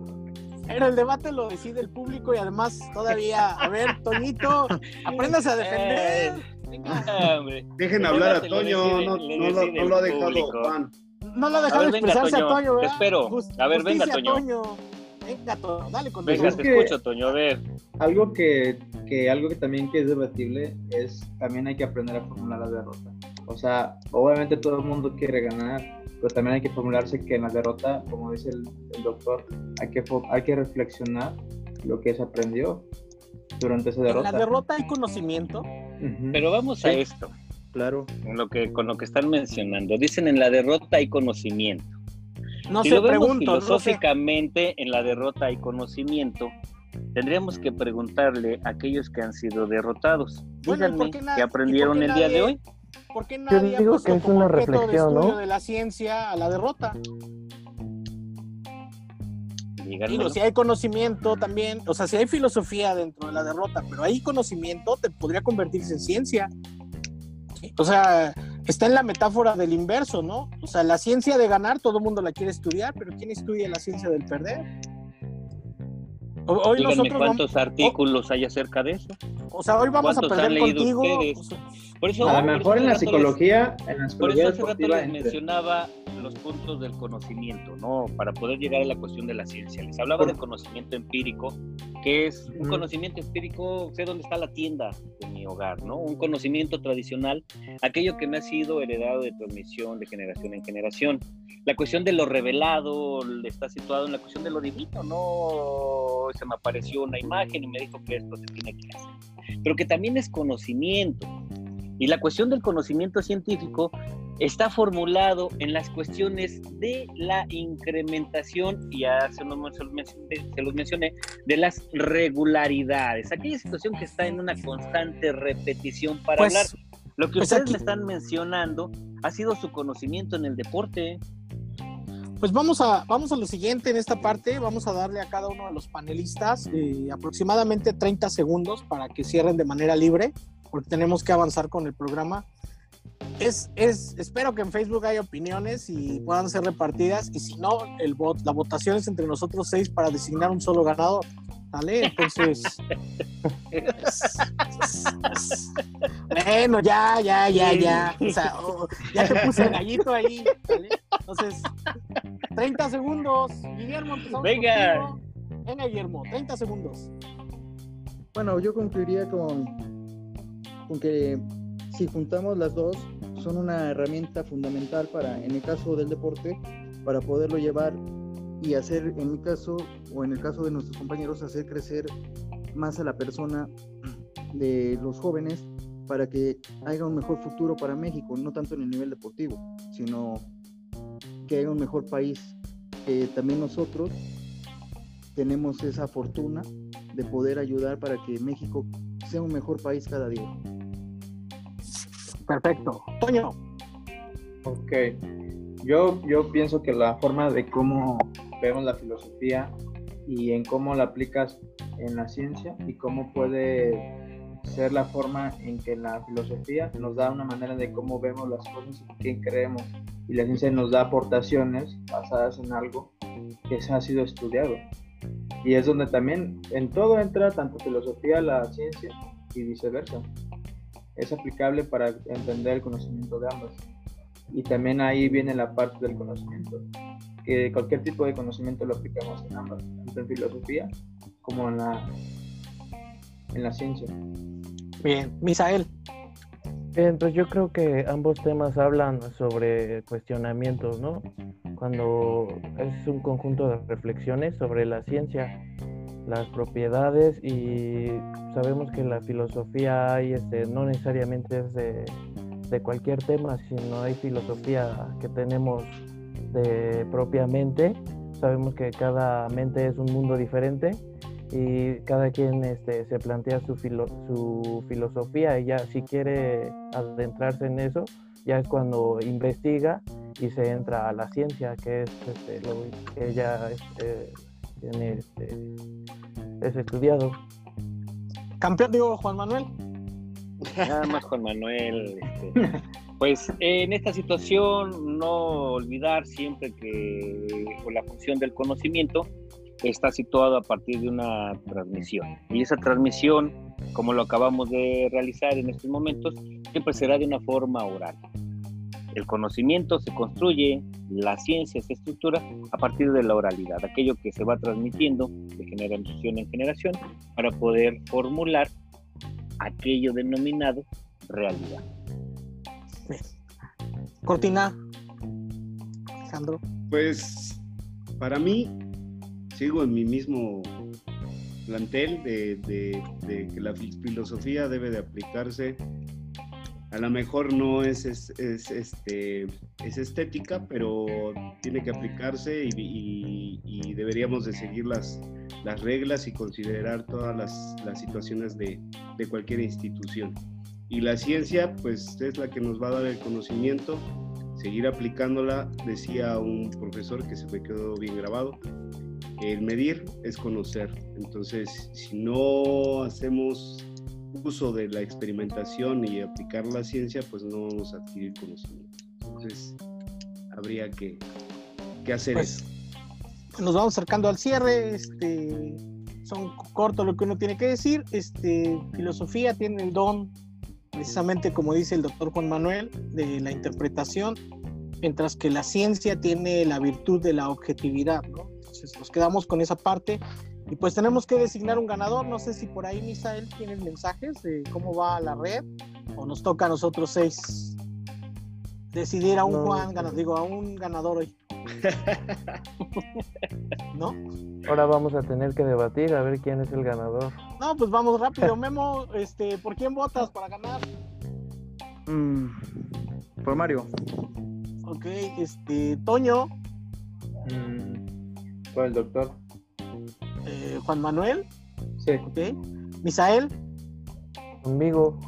Pero el debate lo decide el público y además todavía, a ver, Toñito, aprendas a defender. Venga, hombre. Dejen El hablar a debate lo Toño, decide- no, le no lo, decide no el lo ha dejado público. Juan. No lo ha A dejado ver, venga, expresarse a Toño, Toño, ¿verdad? te espero. Jus- A ver, venga, justicia, Toño. Venga, Toño, dale con Venga, Es te que- escucho, Toño, a ver. Algo que, que algo que también que es debatible es también hay que aprender a formular la derrota. O sea, obviamente todo el mundo quiere ganar, pero también hay que formularse que en la derrota, como dice el, el doctor, hay que, fo- hay que reflexionar lo que se aprendió durante esa En derrota. la derrota hay conocimiento. Ujú. Pero vamos a Sí. esto, Claro. con lo que, con lo que están mencionando. Dicen en la derrota hay conocimiento. No Si sé, lo vemos pregunto, no sé. filosóficamente, en la derrota hay conocimiento, tendríamos que preguntarle a aquellos que han sido derrotados. Bueno, ¿y por Díganme qué na- qué y aprendieron por qué el día de nadie- hoy. ¿Por qué nadie ha digo puesto que es como una objeto de reflexión, estudio ¿no? de la ciencia a la derrota? Díganmelo. Digo, si hay conocimiento también, o sea, si hay filosofía dentro de la derrota, pero hay conocimiento, te podría convertirse en ciencia. ¿Sí? O sea, está en la metáfora del inverso, ¿no? O sea, la ciencia de ganar, todo el mundo la quiere estudiar, pero ¿quién estudia la ciencia del perder? O- Hoy Díganme nosotros vamos- cuántos artículos hay acerca de eso. O sea, hoy vamos a ¿Cuántos han perder leído contigo. ustedes? O sea, Por eso, A lo por mejor eso en la hace rato psicología, en la les- por psicología eso hace rato deportiva, les entre- mencionaba los puntos del conocimiento, ¿no? Para poder llegar a la cuestión de la ciencia. Les hablaba del conocimiento empírico, que es un Ujú. conocimiento empírico, sé dónde está la tienda de mi hogar, ¿no? Un conocimiento tradicional, aquello que me ha sido heredado de transmisión de generación en generación. La cuestión de lo revelado está situado en la cuestión de lo divino, ¿no? Se me apareció una imagen y me dijo que esto se tiene que hacer. Pero que también es conocimiento. Y la cuestión del conocimiento científico está formulado en las cuestiones de la incrementación, y ya se los, se los mencioné, de las regularidades. Aquella situación que está en una constante repetición para Pues, hablar. Lo que pues ustedes aquí- me están mencionando ha sido su conocimiento en el deporte. Pues vamos a, vamos a lo siguiente en esta parte. Vamos a darle a cada uno de los panelistas eh, aproximadamente treinta segundos para que cierren de manera libre, porque tenemos que avanzar con el programa. Es, es, espero que en Facebook haya opiniones y puedan ser repartidas, y si no, el voto, la votación es entre nosotros seis para designar un solo ganador, ¿vale? Entonces, es- es- es- bueno, ya, ya, ya, ya, o sea, oh, ya te puse el gallito ahí, ¿vale? Entonces, treinta segundos, Guillermo, empezamos Venga. contigo. Venga, Guillermo, treinta segundos. Bueno, yo concluiría con, con que si juntamos las dos, son una herramienta fundamental para, en el caso del deporte, para poderlo llevar y hacer, en mi caso, o en el caso de nuestros compañeros, hacer crecer más a la persona de los jóvenes para que haya un mejor futuro para México, no tanto en el nivel deportivo, sino que haya un mejor país. Que también nosotros tenemos esa fortuna de poder ayudar para que México sea un mejor país cada día. Perfecto. Toño. Ok, yo, yo pienso que la forma de cómo vemos la filosofía y en cómo la aplicas en la ciencia y cómo puede ser la forma en que la filosofía nos da una manera de cómo vemos las cosas y qué creemos, y la ciencia nos da aportaciones basadas en algo que se ha sido estudiado, y es donde también en todo entra tanto filosofía, la ciencia y viceversa. Es aplicable para entender el conocimiento de ambas. Y también ahí viene la parte del conocimiento, que cualquier tipo de conocimiento lo aplicamos en ambas, tanto en filosofía como en la, en la ciencia. Bien. Misael. Bien, pues yo creo que ambos temas hablan sobre cuestionamientos, ¿no? Cuando es un conjunto de reflexiones sobre la ciencia, las propiedades, y sabemos que la filosofía hay, este, no necesariamente es de, de cualquier tema, sino hay filosofía que tenemos de propia mente. Sabemos que cada mente es un mundo diferente y cada quien este, se plantea su, filo, su filosofía, y ya si quiere adentrarse en eso, ya es cuando investiga y se entra a la ciencia, que es este, lo que ya este, tiene, este, es estudiado. Campeón, digo, Juan Manuel. Nada más, Juan Manuel. Este, pues en esta situación, no olvidar siempre que la función del conocimiento está situada a partir de una transmisión. Y esa transmisión, como lo acabamos de realizar en estos momentos, siempre será de una forma oral. El conocimiento se construye, la ciencia se estructura a partir de la oralidad, aquello que se va transmitiendo de generación en generación para poder formular aquello denominado realidad. Bien. Cortina. Alejandro. Pues para mí, sigo en mi mismo plantel de, de, de que la filosofía debe de aplicarse. A lo mejor no es, es, es, este, es estética, pero tiene que aplicarse y, y, y deberíamos de seguir las, las reglas y considerar todas las, las situaciones de, de cualquier institución. Y la ciencia, pues, es la que nos va a dar el conocimiento, seguir aplicándola. Decía un profesor que se me quedó bien grabado, el medir es conocer. Entonces, si no hacemos uso de la experimentación y aplicar la ciencia, pues no vamos a adquirir conocimiento. Entonces, habría que, que hacer Pues, eso. nos vamos acercando al cierre. Este, son corto lo que uno tiene que decir. Este, filosofía tiene el don, precisamente como dice el doctor Juan Manuel, de la interpretación, mientras que la ciencia tiene la virtud de la objetividad, ¿no? Entonces nos quedamos con esa parte y pues tenemos que designar un ganador. No sé si por ahí, Misael, tienen mensajes de cómo va la red o nos toca a nosotros seis decidir a un No, Juan, no. gana- digo, a un ganador hoy. ¿No? Ahora vamos a tener que debatir a ver quién es el ganador. No, pues vamos rápido. Memo, este, ¿por quién votas para ganar? Mm, por Mario. Ok, este, Toño, Mm, con el doctor. eh, Juan Manuel, Sí. ok, Misael, Conmigo.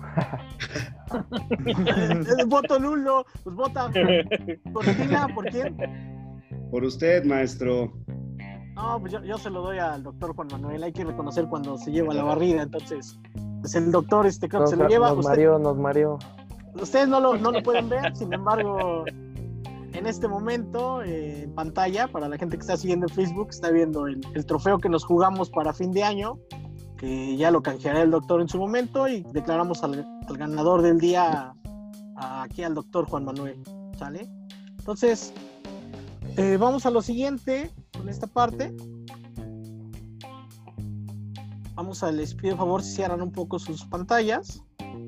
eh, voto nulo, pues vota. Cortina, ¿por quién? Por usted, maestro. No, pues yo, yo se lo doy al doctor Juan Manuel. Hay que reconocer cuando se lleva la barrida. Entonces, pues el doctor, este, creo que Nos, se lo lleva. nos Usted- mareó, nos mareó. Ustedes no lo, no lo pueden ver, sin embargo, en este momento, eh, en pantalla, para la gente que está siguiendo en Facebook, está viendo el, el trofeo que nos jugamos para fin de año, que ya lo canjeará el doctor en su momento, y declaramos al, al ganador del día a- aquí al doctor Juan Manuel, ¿sale? Entonces, eh, vamos a lo siguiente con esta parte. Vamos a, les pido favor si cierran un poco sus pantallas.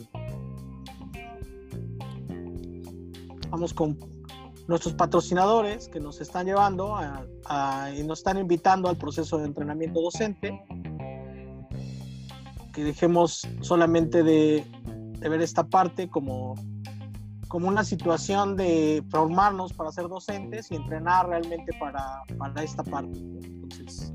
Vamos con nuestros patrocinadores que nos están llevando a, a- y nos están invitando al proceso de entrenamiento docente. Que dejemos solamente de, de ver esta parte como, como una situación de formarnos para ser docentes y entrenar realmente para, para esta parte. Entonces,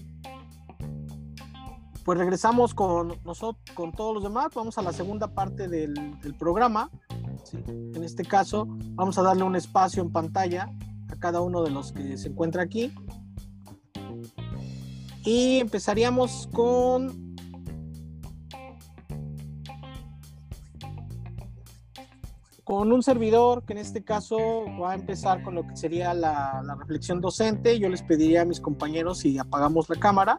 pues regresamos con nosotros, con todos los demás. Vamos a la segunda parte del, del programa. ¿Sí? En este caso, vamos a darle un espacio en pantalla a cada uno de los que se encuentra aquí. Y empezaríamos con con un servidor que en este caso va a empezar con lo que sería la, la reflexión docente. Yo les pediría a mis compañeros si apagamos la cámara.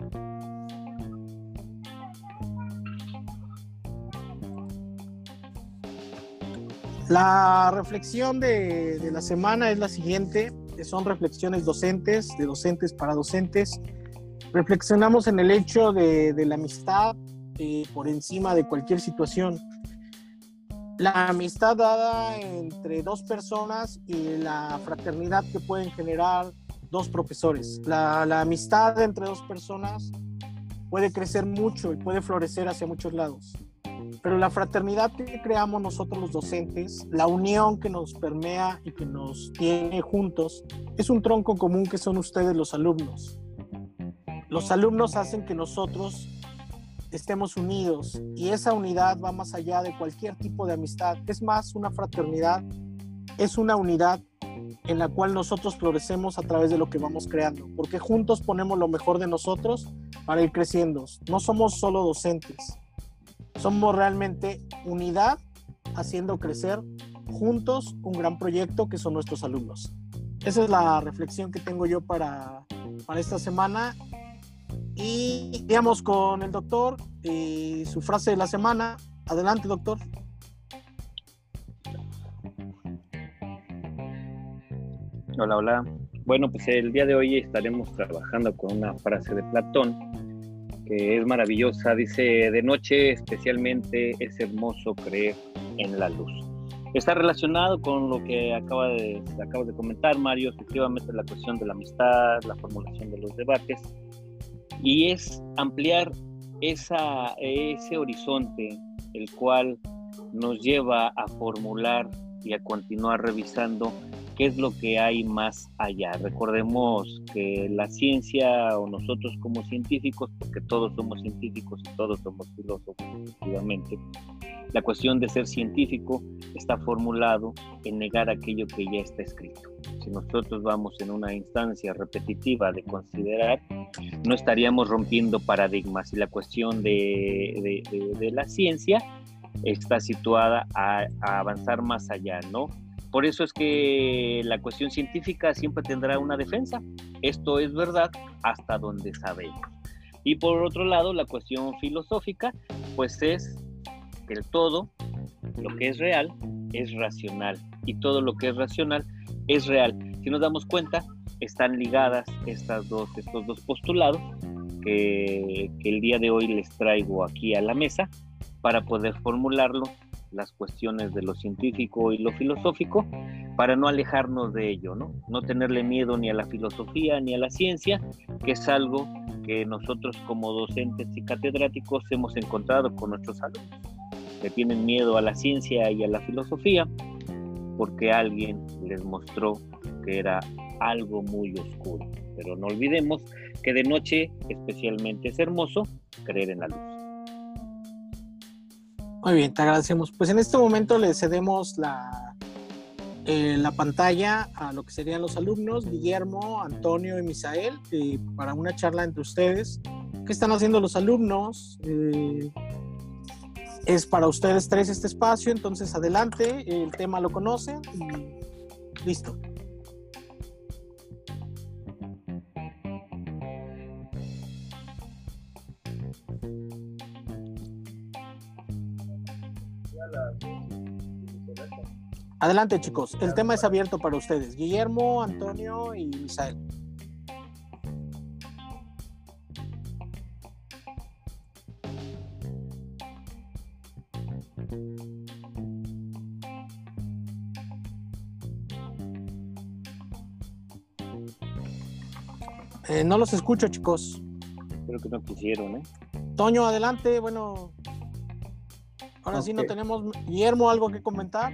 La reflexión de, de la semana es la siguiente, que son reflexiones docentes, de docentes para docentes. Reflexionamos en el hecho de, de la amistad eh, por encima de cualquier situación. La amistad dada entre dos personas y la fraternidad que pueden generar dos profesores. La, la amistad entre dos personas puede crecer mucho y puede florecer hacia muchos lados. Pero la fraternidad que creamos nosotros los docentes, la unión que nos permea y que nos tiene juntos, es un tronco común que son ustedes los alumnos. Los alumnos hacen que nosotros estemos unidos y esa unidad va más allá de cualquier tipo de amistad. Es más, una fraternidad es una unidad en la cual nosotros florecemos a través de lo que vamos creando, porque juntos ponemos lo mejor de nosotros para ir creciendo. No somos solo docentes, somos realmente unidad haciendo crecer juntos un gran proyecto que son nuestros alumnos. Esa es la reflexión que tengo yo para, para esta semana. Y digamos con el doctor y su frase de la semana. Adelante, doctor. Hola, hola. Bueno, pues el día de hoy estaremos trabajando con una frase de Platón que es maravillosa. Dice: de noche especialmente es hermoso creer en la luz. Está relacionado con lo que acaba de, acabas de comentar, Mario, efectivamente la cuestión de la amistad, la formulación de los debates, y es ampliar esa, ese horizonte, el cual nos lleva a formular y a continuar revisando qué es lo que hay más allá. Recordemos que la ciencia, o nosotros como científicos, porque todos somos científicos y todos somos filósofos, efectivamente, la cuestión de ser científico está formulado en negar aquello que ya está escrito. Si nosotros vamos en una instancia repetitiva de considerar, no estaríamos rompiendo paradigmas, y la cuestión de, de, de, de la ciencia está situada a, a avanzar más allá, ¿no? Por eso es que la cuestión científica siempre tendrá una defensa. Esto es verdad hasta donde sabemos. Y por otro lado, la cuestión filosófica, pues es que el todo, lo que es real, es racional, y todo lo que es racional es real. Si nos damos cuenta, están ligadas estas dos, estos dos postulados que, que el día de hoy les traigo aquí a la mesa para poder formularlo, las cuestiones de lo científico y lo filosófico, para no alejarnos de ello, ¿no? No tenerle miedo ni a la filosofía ni a la ciencia, que es algo que nosotros como docentes y catedráticos hemos encontrado con nuestros alumnos. Le tienen miedo a la ciencia y a la filosofía porque alguien les mostró que era algo muy oscuro. Pero no olvidemos que de noche especialmente es hermoso creer en la luz. Muy bien, te agradecemos. Pues en este momento le cedemos la, eh, la pantalla a lo que serían los alumnos, Guillermo, Antonio y Misael, eh, para una charla entre ustedes. ¿Qué están haciendo los alumnos? Eh, es para ustedes tres este espacio, entonces adelante, el tema lo conocen y listo. Adelante, chicos. El tema es abierto para ustedes. Guillermo, Antonio y Misael. Eh, no los escucho, chicos. Creo que no quisieron, ¿eh? Toño, adelante. Bueno, ahora okay. Sí no tenemos. Guillermo, ¿algo que comentar?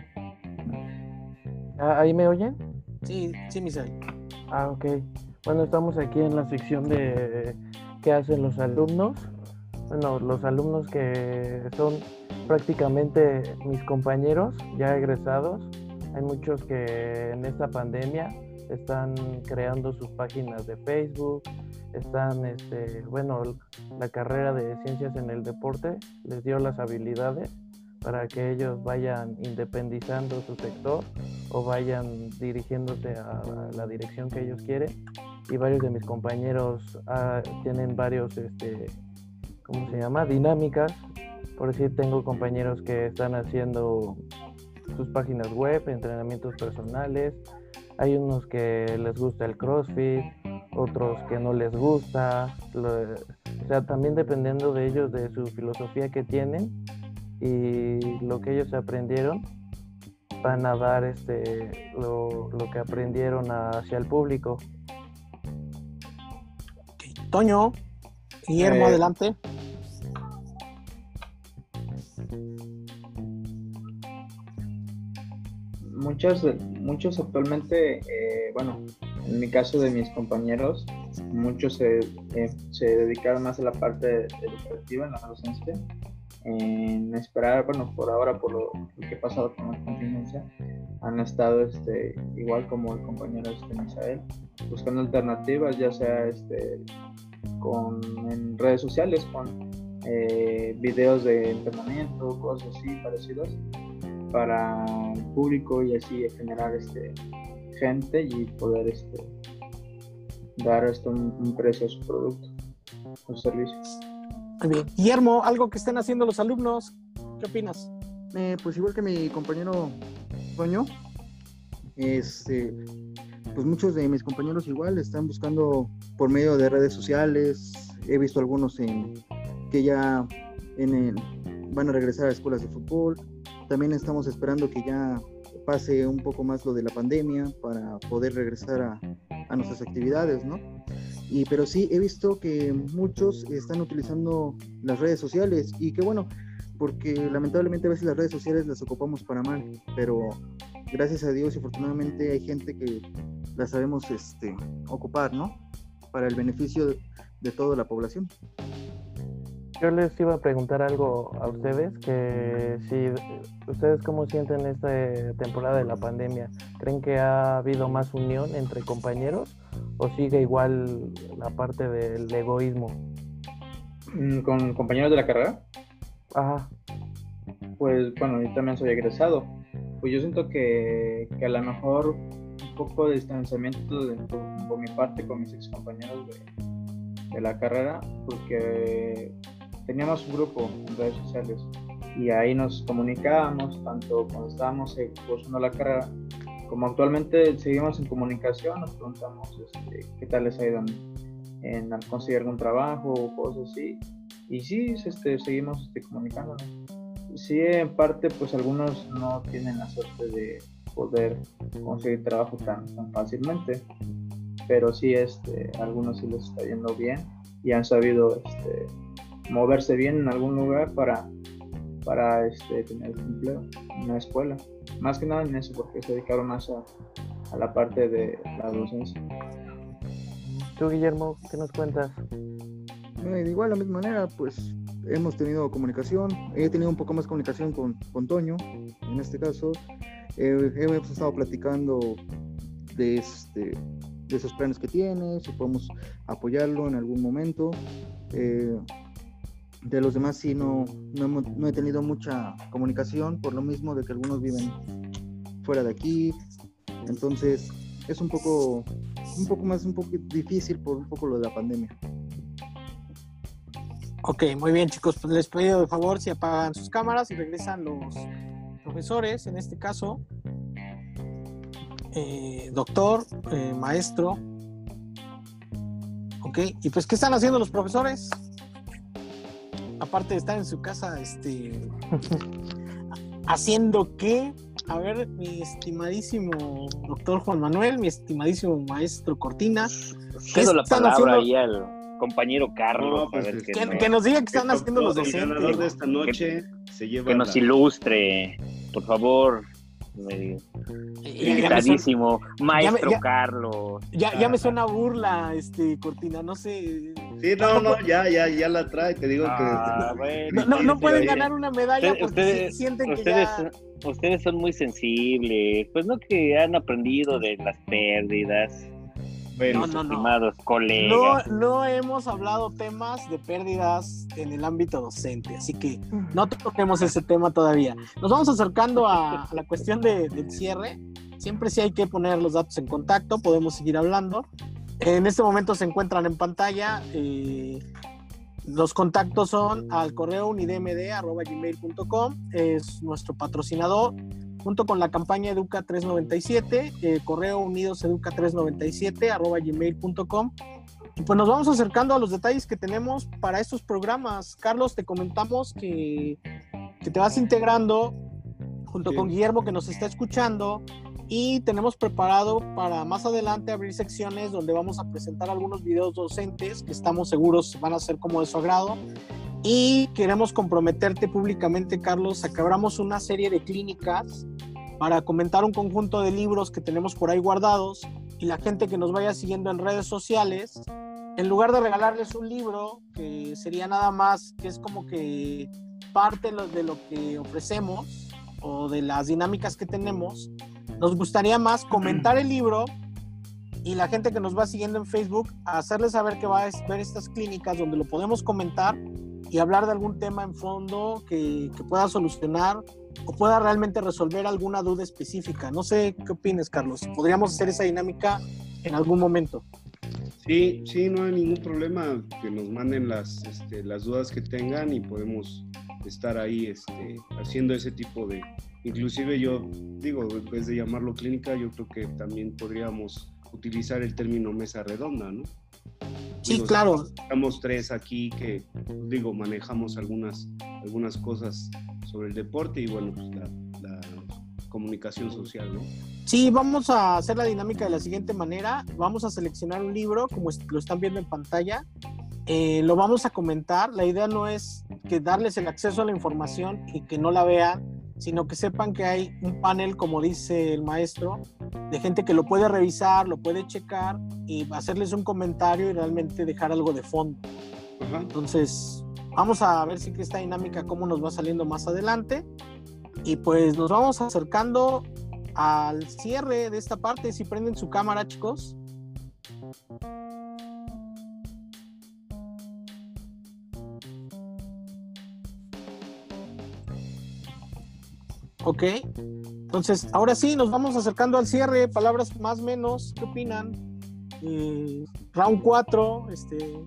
¿Ahí me oyen? Sí, sí, Misael. Ah, ok. Bueno, estamos aquí en la sección de qué hacen los alumnos. Bueno, los alumnos que son prácticamente mis compañeros ya egresados. Hay muchos que en esta pandemia están creando sus páginas de Facebook, están, este, bueno, la carrera de ciencias en el deporte les dio las habilidades para que ellos vayan independizando su sector o vayan dirigiéndose a la dirección que ellos quieren. Y varios de mis compañeros ah, tienen varios, este, ¿cómo se llama? Dinámicas. Por decir, tengo compañeros que están haciendo sus páginas web, entrenamientos personales. Hay unos que les gusta el CrossFit, otros que no les gusta. Lo, o sea, también dependiendo de ellos, de su filosofía que tienen y lo que ellos aprendieron, van a dar este, lo, lo que aprendieron hacia el público. Okay. Toño, Guillermo, eh, adelante. Muchos, muchos actualmente, eh, bueno, en mi caso de mis compañeros, muchos se, eh, se dedicaron más a la parte educativa en la docencia, en esperar, bueno, por ahora, por lo, lo que ha pasado con la contingencia, han estado este, igual como el compañero este Misael, buscando alternativas, ya sea este, con, en redes sociales, con eh, videos de entrenamiento, cosas así parecidas, para el público y así generar este, gente y poder este, dar esto un, un precio a su producto o servicio. Muy bien. Guillermo, ¿algo que estén haciendo los alumnos? ¿Qué opinas? Eh, pues igual que mi compañero Toño, este, pues muchos de mis compañeros igual están buscando por medio de redes sociales. He visto algunos en, que ya en el, van a regresar a escuelas de fútbol. También estamos esperando que ya pase un poco más lo de la pandemia para poder regresar a, a nuestras actividades, ¿no? Y, pero sí he visto que muchos están utilizando las redes sociales y que bueno, porque lamentablemente a veces las redes sociales las ocupamos para mal, pero gracias a Dios y afortunadamente hay gente que las sabemos este, ocupar, ¿no? Para el beneficio de, de toda la población. Yo les iba a preguntar algo a ustedes, que si ustedes cómo sienten esta temporada de la pandemia, ¿creen que ha habido más unión entre compañeros o sigue igual la parte del egoísmo? ¿Con compañeros de la carrera? Ajá. Pues bueno, yo también soy egresado. Pues yo siento que, que a lo mejor un poco de distanciamiento de, por, por mi parte con mis ex compañeros de, de la carrera, porque teníamos un grupo en redes sociales y ahí nos comunicábamos, tanto cuando estábamos cursando la carrera como actualmente seguimos en comunicación, nos preguntamos este, qué tal les ha ido en, en conseguir algún trabajo o cosas así, y sí, este, seguimos este, comunicándonos. Sí, en parte, pues algunos no tienen la suerte de poder conseguir trabajo tan, tan fácilmente, pero sí, este, a algunos sí les está yendo bien y han sabido este, moverse bien en algún lugar para, para este, tener empleo en una escuela. Más que nada en eso, porque se dedicaron más a, a la parte de la docencia. Tú, Guillermo, ¿qué nos cuentas? Eh, de igual, de la misma manera, pues hemos tenido comunicación, he tenido un poco más comunicación con, con Toño, en este caso. Eh, hemos estado platicando de, este, de esos planes que tiene, si podemos apoyarlo en algún momento. Eh, de los demás sí no, no, hemos, no he tenido mucha comunicación, por lo mismo de que algunos viven fuera de aquí, entonces es un poco, un poco más, un poco difícil por un poco lo de la pandemia. Ok, muy bien, chicos, pues les pido de favor si apagan sus cámaras y regresan los profesores, en este caso, eh, doctor, eh, maestro. Ok, y pues, ¿qué están haciendo los profesores? Aparte de estar en su casa, este, ¿haciendo qué? A ver, mi estimadísimo doctor Juan Manuel, mi estimadísimo maestro Cortina, ¿qué Cedo la están palabra haciendo? ahí al compañero Carlos, No, pues, a ver que qué Que, nos, que nos diga qué están El haciendo los doctor, el ganador de docentes. esta noche se lleva que nos la- ilustre, por favor. Me- Y- y ya me Invitadísimo, maestro ya- Carlos. Ya, ya me suena burla, este, Cortina, no sé. Sí, no, no, ya, ya, ya la trae, te digo Ah, que... bueno, No, no, no sí, pueden sí. ganar una medalla Ustedes- porque ustedes- si- sienten que Ustedes, ya... ustedes son muy sensibles, pues no que han aprendido de las pérdidas, Bueno, No, no, no. estimados No, colegas. no hemos hablado temas de pérdidas en el ámbito docente, así que no toquemos ese tema todavía. Nos vamos acercando a, a la cuestión de, del cierre. Siempre sí hay que poner los datos en contacto, podemos seguir hablando. En este momento se encuentran en pantalla. Eh, los contactos son al correo unidmd arroba gmail punto com, es nuestro patrocinador, junto con la campaña Educa trescientos noventa y siete, eh, correo unidoseduca trescientos noventa y siete arroba gmail punto com. Y pues nos vamos acercando a los detalles que tenemos para estos programas. Carlos, te comentamos que, que te vas integrando junto Sí. con Guillermo, que nos está escuchando, y tenemos preparado para más adelante abrir secciones donde vamos a presentar algunos videos docentes que estamos seguros van a ser como de su agrado. Y queremos comprometerte públicamente, Carlos, a que abramos una serie de clínicas para comentar un conjunto de libros que tenemos por ahí guardados, y la gente que nos vaya siguiendo en redes sociales, en lugar de regalarles un libro, que sería nada más, que es como que parte de lo que ofrecemos o de las dinámicas que tenemos, nos gustaría más comentar el libro y la gente que nos va siguiendo en Facebook, hacerles saber que va a ver estas clínicas donde lo podemos comentar y hablar de algún tema en fondo que, que pueda solucionar o pueda realmente resolver alguna duda específica. No sé qué opinas, Carlos. Podríamos hacer esa dinámica en algún momento. Sí, sí, no hay ningún problema que nos manden las, este, las dudas que tengan y podemos estar ahí este, haciendo ese tipo de... Inclusive yo digo, en vez de llamarlo clínica, yo creo que también podríamos utilizar el término mesa redonda, ¿no? Sí, Digo, claro. Estamos tres aquí que, digo, manejamos algunas, algunas cosas sobre el deporte y bueno, pues la, la comunicación social, ¿no? Sí, vamos a hacer la dinámica de la siguiente manera. Vamos a seleccionar un libro, como lo están viendo en pantalla. Eh, lo vamos a comentar. La idea no es que darles el acceso a la información y que no la vean, sino que sepan que hay un panel, como dice el maestro, de gente que lo puede revisar, lo puede checar y hacerles un comentario y realmente dejar algo de fondo. Ajá. Entonces, vamos a ver si que esta dinámica cómo nos va saliendo más adelante. Y pues nos vamos acercando al cierre de esta parte. Si prenden su cámara, chicos. Ok, entonces ahora sí nos vamos acercando al cierre. Palabras más menos, ¿qué opinan? Eh, round cuatro, este,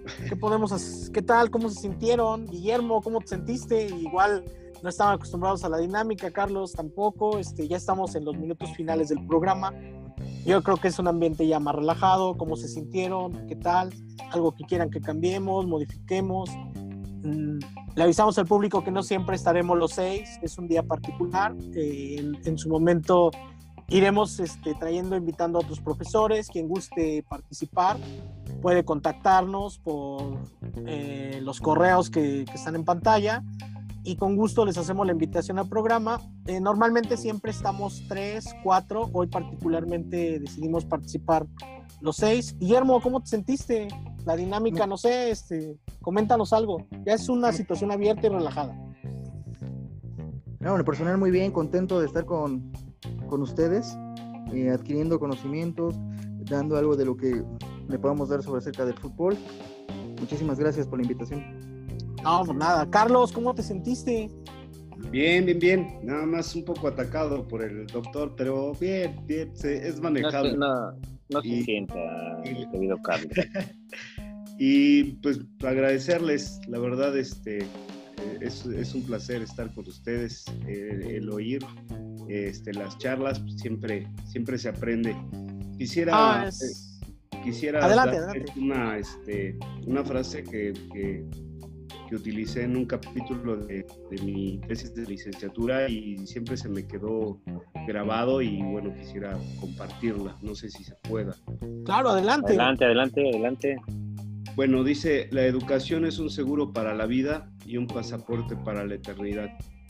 ¿Qué podemos hacer? ¿Qué tal? ¿Cómo se sintieron? Guillermo, ¿cómo te sentiste? Igual no estaban acostumbrados a la dinámica, Carlos tampoco. Este, ya estamos en los minutos finales del programa. Yo creo que es un ambiente ya más relajado. ¿Cómo se sintieron? ¿Qué tal? ¿Algo que quieran que cambiemos, modifiquemos? Mm, le avisamos al público que no siempre estaremos los seis. Es un día particular. Eh, en, en su momento iremos este, trayendo, invitando a otros profesores. Quien guste participar puede contactarnos por eh, los correos que, que están en pantalla y con gusto les hacemos la invitación al programa. Eh, normalmente siempre estamos tres, cuatro, hoy particularmente decidimos participar los seis. Guillermo, ¿cómo te sentiste? La dinámica, no sé, este, coméntanos algo. Ya es una situación abierta y relajada. No, en lo personal muy bien, contento de estar con, con ustedes, eh, adquiriendo conocimientos, dando algo de lo que le podamos dar sobre acerca del fútbol. Muchísimas gracias por la invitación. No, pues nada. Carlos, ¿cómo te sentiste? Bien, bien, bien. Nada más un poco atacado por el doctor, pero bien, bien, se, es manejable. No, no, no se Y- sienta, mi querido Carlos. Y pues agradecerles, la verdad, este, eh, es, es un placer estar con ustedes, eh, el oír este, las charlas, pues, siempre, siempre se aprende. Quisiera, Ah, es... eh, quisiera Adelante, dar adelante. Una, este, una frase que, que, que utilicé en un capítulo de, de mi tesis de licenciatura y siempre se me quedó grabado y bueno, quisiera compartirla, no sé si se pueda. Claro, adelante. Adelante, adelante, adelante. Bueno, dice, la educación es un seguro para la vida y un pasaporte para la eternidad.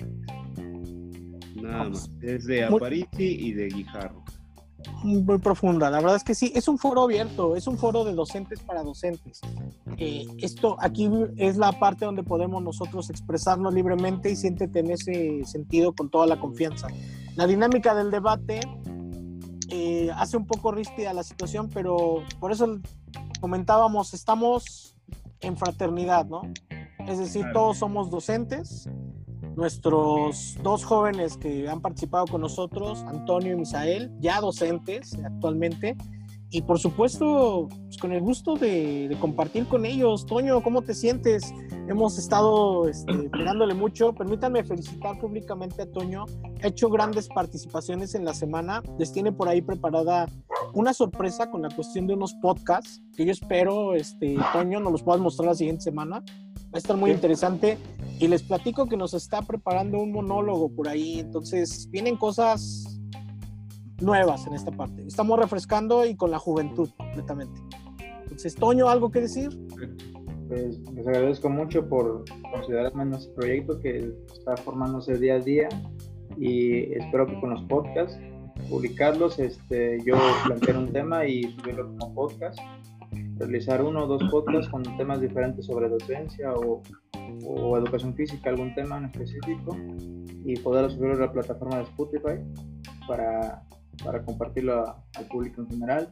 Nada más. Es de Muy- Aparici y de Guijarro. Muy profunda, la verdad es que sí, es un foro abierto, es un foro de docentes para docentes. Eh, esto aquí es la parte donde podemos nosotros expresarnos libremente y siéntete en ese sentido con toda la confianza. La dinámica del debate eh, hace un poco ríspida la situación, pero por eso comentábamos, estamos en fraternidad, ¿no? Es decir, Claro. todos somos docentes. Nuestros dos jóvenes que han participado con nosotros, Antonio y Misael, ya docentes actualmente, y por supuesto, pues, con el gusto de, de compartir con ellos. Toño, ¿cómo te sientes? Hemos estado este, pegándole mucho. Permítanme felicitar públicamente a Toño. Ha hecho grandes participaciones en la semana. Les tiene por ahí preparada una sorpresa con la cuestión de unos podcasts que yo espero, este, Toño, nos los puedas mostrar la siguiente semana. Va a estar muy interesante. Y les platico que nos está preparando un monólogo por ahí. Entonces, vienen cosas nuevas en esta parte. Estamos refrescando y con la juventud completamente. Entonces, Toño, ¿algo que decir? Pues les agradezco mucho por considerarme en este proyecto que está formándose día a día y espero que con los podcasts, publicarlos, este, yo plantear un tema y subirlo como podcast, realizar uno o dos podcasts con temas diferentes sobre docencia o, o educación física, algún tema en específico, y poderlo subir a la plataforma de Spotify para, para compartirlo a- al público en general,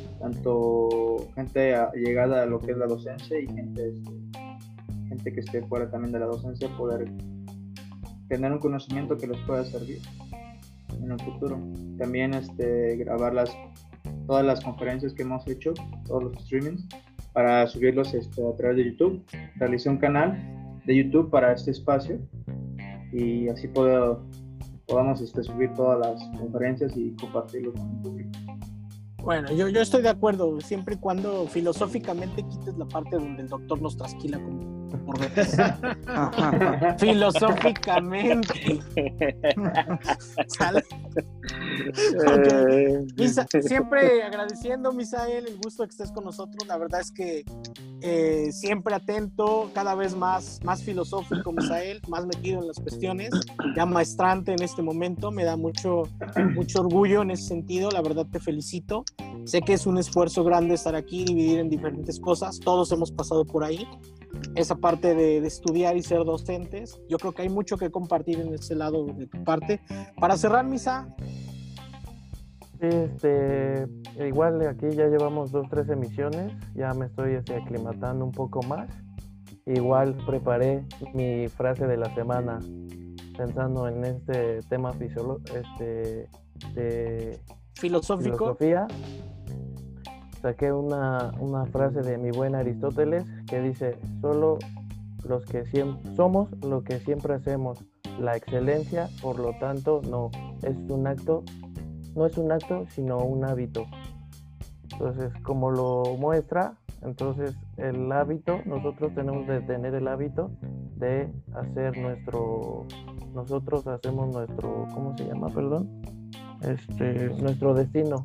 tanto gente a- llegada a lo que es la docencia y gente, este, gente que esté fuera también de la docencia, poder tener un conocimiento que les pueda servir en el futuro. También este, grabar las, todas las conferencias que hemos hecho, todos los streamings, para subirlos este, a través de YouTube. Realicé un canal de YouTube para este espacio y así puedo, podamos este, subir todas las conferencias y compartirlo con el público. Bueno, yo, yo estoy de acuerdo, siempre y cuando filosóficamente quites la parte donde el doctor nos trasquila como por veces. Ajá. Filosóficamente. ¿Sale? Eh, Misa- siempre agradeciendo, Misael, el gusto de que estés con nosotros. La verdad es que eh, siempre atento, cada vez más, más filosófico, Misael, más metido en las cuestiones, ya maestrante en este momento. Me da mucho, mucho orgullo en ese sentido. La verdad te felicito. Sé que es un esfuerzo grande estar aquí, dividir en diferentes cosas. Todos hemos pasado por ahí. Esa parte de, de estudiar y ser docentes. Yo creo que hay mucho que compartir en ese lado de tu parte. Para cerrar, Misa, Sí, este, igual aquí ya llevamos dos, tres emisiones, ya me estoy este, aclimatando un poco más. Igual preparé mi frase de la semana pensando en este tema fisiolo- este, de filosófico. filosofía. saqué una, una frase de mi buen Aristóteles que dice: solo los que siempre somos lo que siempre hacemos. La excelencia, por lo tanto, no es un acto, no es un acto, sino un hábito. Entonces, como lo muestra, entonces el hábito, nosotros tenemos que tener el hábito de hacer nuestro, nosotros hacemos nuestro, ¿cómo se llama? Perdón, este, nuestro destino.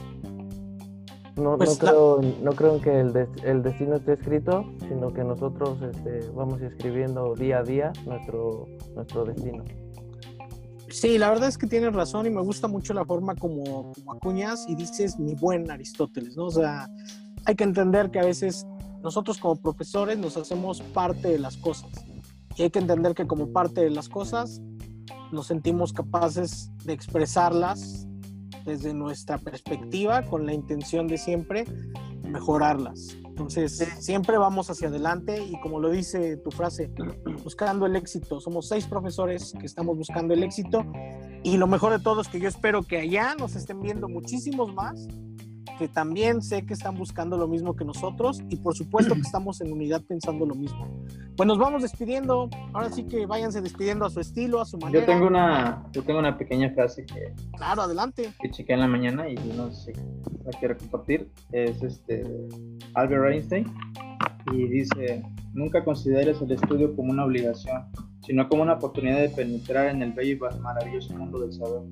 No, Pues no la- creo, no creo que el, des- el destino esté escrito, sino que nosotros este, vamos escribiendo día a día nuestro, nuestro destino. Sí, la verdad es que tienes razón y me gusta mucho la forma como, como acuñas y dices mi buen Aristóteles, ¿no? O sea, hay que entender que a veces nosotros como profesores nos hacemos parte de las cosas y hay que entender que como parte de las cosas nos sentimos capaces de expresarlas desde nuestra perspectiva con la intención de siempre mejorarlas. Entonces, siempre vamos hacia adelante y como lo dice tu frase, buscando el éxito. Somos seis profesores que estamos buscando el éxito y lo mejor de todo es que yo espero que allá nos estén viendo muchísimos más que también sé que están buscando lo mismo que nosotros y por supuesto que estamos en unidad pensando lo mismo. Pues nos vamos despidiendo. Ahora sí que váyanse despidiendo a su estilo, a su manera. Yo tengo una, yo tengo una pequeña frase que, Claro, adelante. que chequé en la mañana y no sé si la quiero compartir. Es este Albert Einstein y dice: nunca consideres el estudio como una obligación, sino como una oportunidad de penetrar en el bello y maravilloso mundo del saber.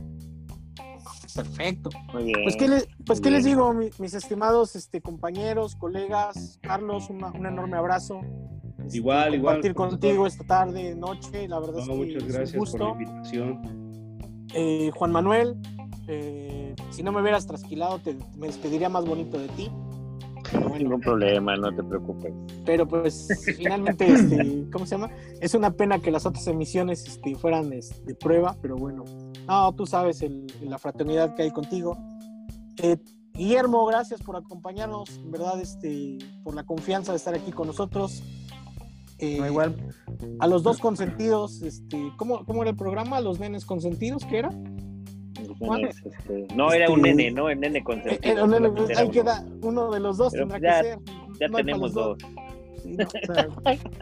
Perfecto. Muy bien. Pues qué, le- pues, Muy ¿qué les bien. digo, mi- mis estimados este, compañeros, colegas? Carlos, una- un enorme abrazo. Este, Igual, igual, compartir profesor. contigo esta tarde, noche, la verdad No, es que muchas es un gracias por gusto. la invitación. Eh, Juan Manuel, eh, si no me hubieras trasquilado, te, me despediría más bonito de ti. Pero bueno, Ningún problema, no te preocupes. pero pues finalmente, este, ¿cómo se llama? Es una pena que las otras emisiones este, fueran este, de prueba, pero bueno. No, tú sabes el, la fraternidad que hay contigo. Eh, Guillermo, gracias por acompañarnos, en verdad, este, por la confianza de estar aquí con nosotros. Eh, No, igual. A los dos consentidos, este, ¿cómo, ¿cómo era el programa? ¿Los nenes consentidos? ¿Qué era? Los Juan. nenes, este, no, era un Este, nene, ¿no? El nene Eh, consentido. eh, no, no, solamente era hay que uno. dar, uno de los dos Pero tendrá ya- que ser. Ya No hay para tenemos los dos. Sí, no, o sea,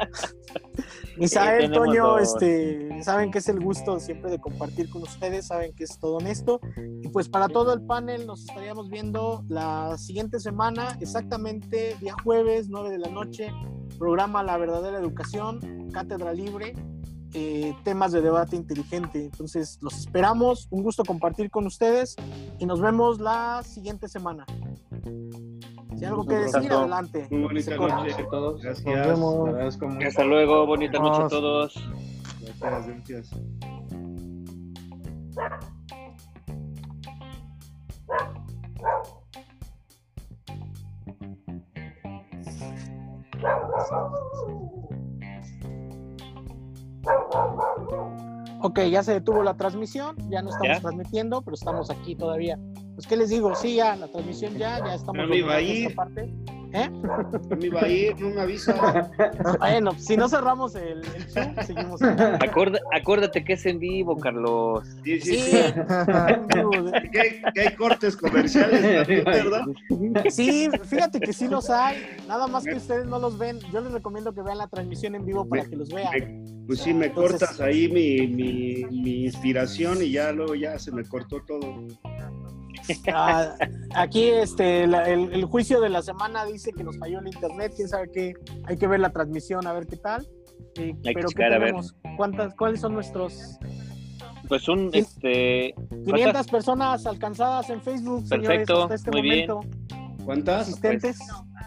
Misael, tenemos Toño, dos. este, saben que es el gusto siempre de compartir con ustedes, saben que es todo honesto. Y pues para todo el panel nos estaríamos viendo la siguiente semana, exactamente día jueves, nueve de la noche, programa La Verdadera Educación, Cátedra Libre, eh, temas de debate inteligente. Entonces los esperamos, un gusto compartir con ustedes y nos vemos la siguiente semana. Si hay algo que decir, Perfecto. adelante. Muy bonita Se corta. noche. A todos. Gracias. Nos vemos. Te agradezco mucho. Hasta luego, bonita noche a Vamos. todos. Gracias, gracias. Ok, ya se detuvo la transmisión, ya no estamos ¿Ya? transmitiendo, pero estamos aquí todavía. Pues, ¿qué les digo? Sí, ya, la transmisión ya, ya estamos Ya me iba a dominando ir. esta parte. ¿Eh? Me iba a ir, no me avisa. Bueno, si no cerramos el, el Zoom, seguimos. aquí. Acorda- acuérdate que es en vivo, Carlos. Sí, sí, Sí, sí. Que hay, que hay cortes comerciales también, ¿verdad? sí, fíjate que sí los hay, nada más que ustedes no los ven. Yo les recomiendo que vean la transmisión en vivo para que los vean. Me- Pues sí, me Entonces- cortas ahí mi, mi, mi inspiración y ya luego ya se me cortó todo. Ah, aquí este, la- el, el juicio de la semana dice que nos falló el internet, quién sabe qué, hay que ver la transmisión a ver qué tal. Eh, que pero ¿qué checar, a ver. tenemos? ¿Cuántas, ¿Cuáles son nuestros Pues un, Sí. este... quinientas personas alcanzadas en Facebook, señores, Perfecto, hasta este muy bien. momento? ¿Cuántas? Asistentes.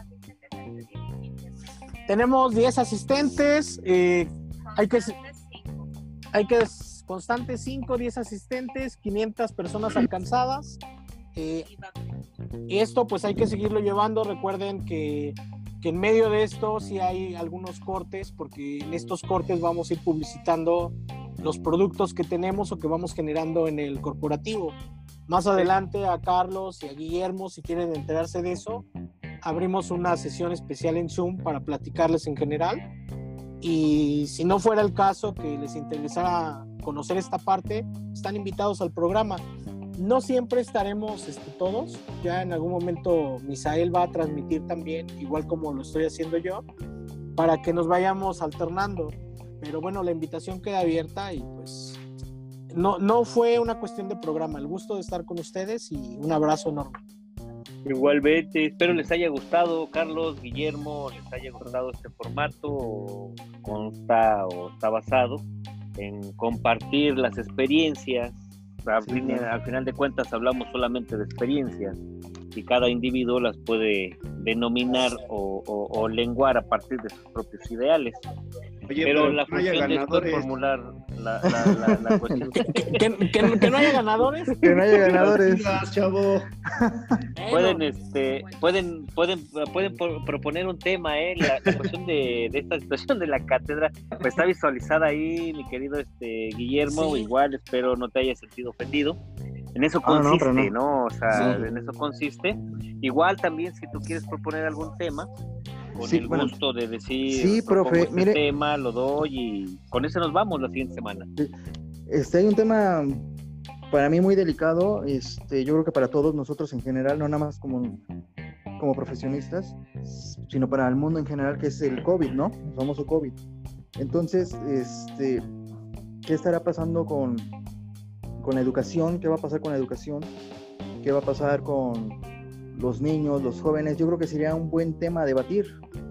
Tenemos diez asistentes, eh, hay que hay que constantes cinco, diez asistentes, quinientas personas alcanzadas. Eh, y esto pues hay que seguirlo llevando. Recuerden que, que en medio de esto sí hay algunos cortes, porque en estos cortes vamos a ir publicitando los productos que tenemos o que vamos generando en el corporativo. Más adelante a Carlos y a Guillermo, si quieren enterarse de eso, abrimos una sesión especial en Zoom para platicarles en general. Y si no fuera el caso que les interesara conocer esta parte, están invitados al programa. no siempre estaremos este, todos, ya en algún momento Misael va a transmitir también, igual como lo estoy haciendo yo, para que nos vayamos alternando, pero bueno, la invitación queda abierta y pues no, no fue una cuestión de programa, el gusto de estar con ustedes y un abrazo enorme. Igualmente, espero les haya gustado, Carlos, Guillermo, les haya gustado este formato, consta o está basado en compartir las experiencias. Al, Sí, fin, claro. al final de cuentas hablamos solamente de experiencias y cada individuo las puede denominar o, o, o lenguar a partir de sus propios ideales. Oye, pero, pero la no haya función de esto es ganadores. formular la, la, la, la cuestión. ¿Que, que, que, que no haya ganadores? Que no haya ganadores. Chivas, chavo. Pueden, este, pueden, pueden, pueden por- proponer un tema, eh. La, la cuestión de, de esta situación de la cátedra, pues está visualizada ahí, mi querido este Guillermo. Sí. Igual espero no te hayas sentido ofendido. En eso Ah, no, consiste, pero ¿no? no. O sea, Sí. en eso consiste. Igual también si tú quieres proponer algún tema, con Sí, el bueno. gusto de decir, Sí, propongo profe, este mire. tema, lo doy y con eso nos vamos la siguiente semana. Este, hay un tema para mí muy delicado, este, yo creo que para todos nosotros en general, no nada más como, como profesionistas, sino para el mundo en general, que es el COVID, ¿no? El famoso COVID. Entonces, este, ¿qué estará pasando con, con la educación? ¿Qué va a pasar con la educación? ¿Qué va a pasar con los niños, los jóvenes? Yo creo que sería un buen tema a debatir.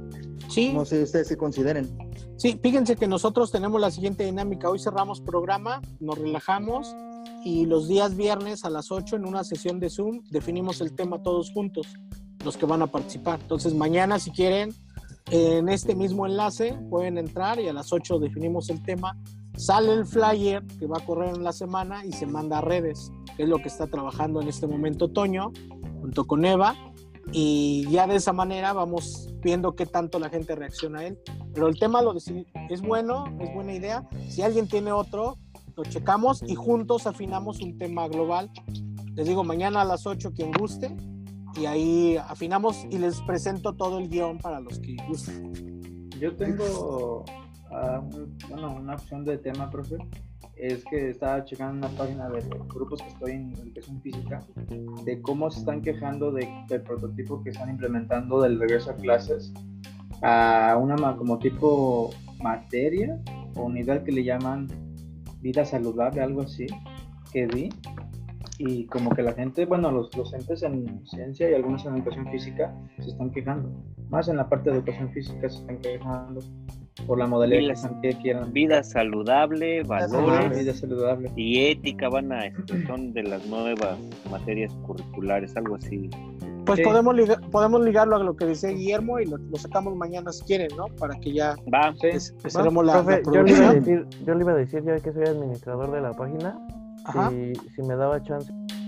Sí, No sé ustedes se consideren. sí, fíjense que nosotros tenemos la siguiente dinámica. Hoy cerramos programa, nos relajamos y los días viernes a las ocho en una sesión de Zoom definimos el tema todos juntos, los que van a participar. Entonces mañana, si quieren, en este mismo enlace pueden entrar y a las ocho definimos el tema. Sale el flyer que va a correr en la semana y se manda a redes, que es lo que está trabajando en este momento Toño junto con Eva, y ya de esa manera vamos viendo qué tanto la gente reacciona a él. Pero el tema lo decidí, es bueno, es buena idea. Si alguien tiene otro, lo checamos y juntos afinamos un tema global. Les digo, mañana a las ocho quien guste, y ahí afinamos y les presento todo el guión para los que gusten. Yo tengo uh, un, bueno, una opción de tema, profe. Es que estaba checando una página de los grupos que estoy en educación física, de cómo se están quejando de, del prototipo que están implementando del regreso a clases a una ma- como tipo materia o unidad que le llaman vida saludable, algo así, que vi. Y como que la gente, bueno, los docentes en ciencia y algunos en educación física se están quejando. Más en la parte de educación física se están quejando por la modalidad que, están, que quieran. Vida saludable, valores Vida saludable. y ética van a, este, son de las nuevas materias curriculares, algo así. Pues Sí. podemos, ligar, podemos ligarlo a lo que decía Guillermo y lo, lo sacamos mañana si quieren, ¿no? Para que ya Va, Sí. empecemos la, Profe, la yo le iba a producción. decir, yo le iba a decir ya que soy administrador de la página, Ajá. si, si me daba chance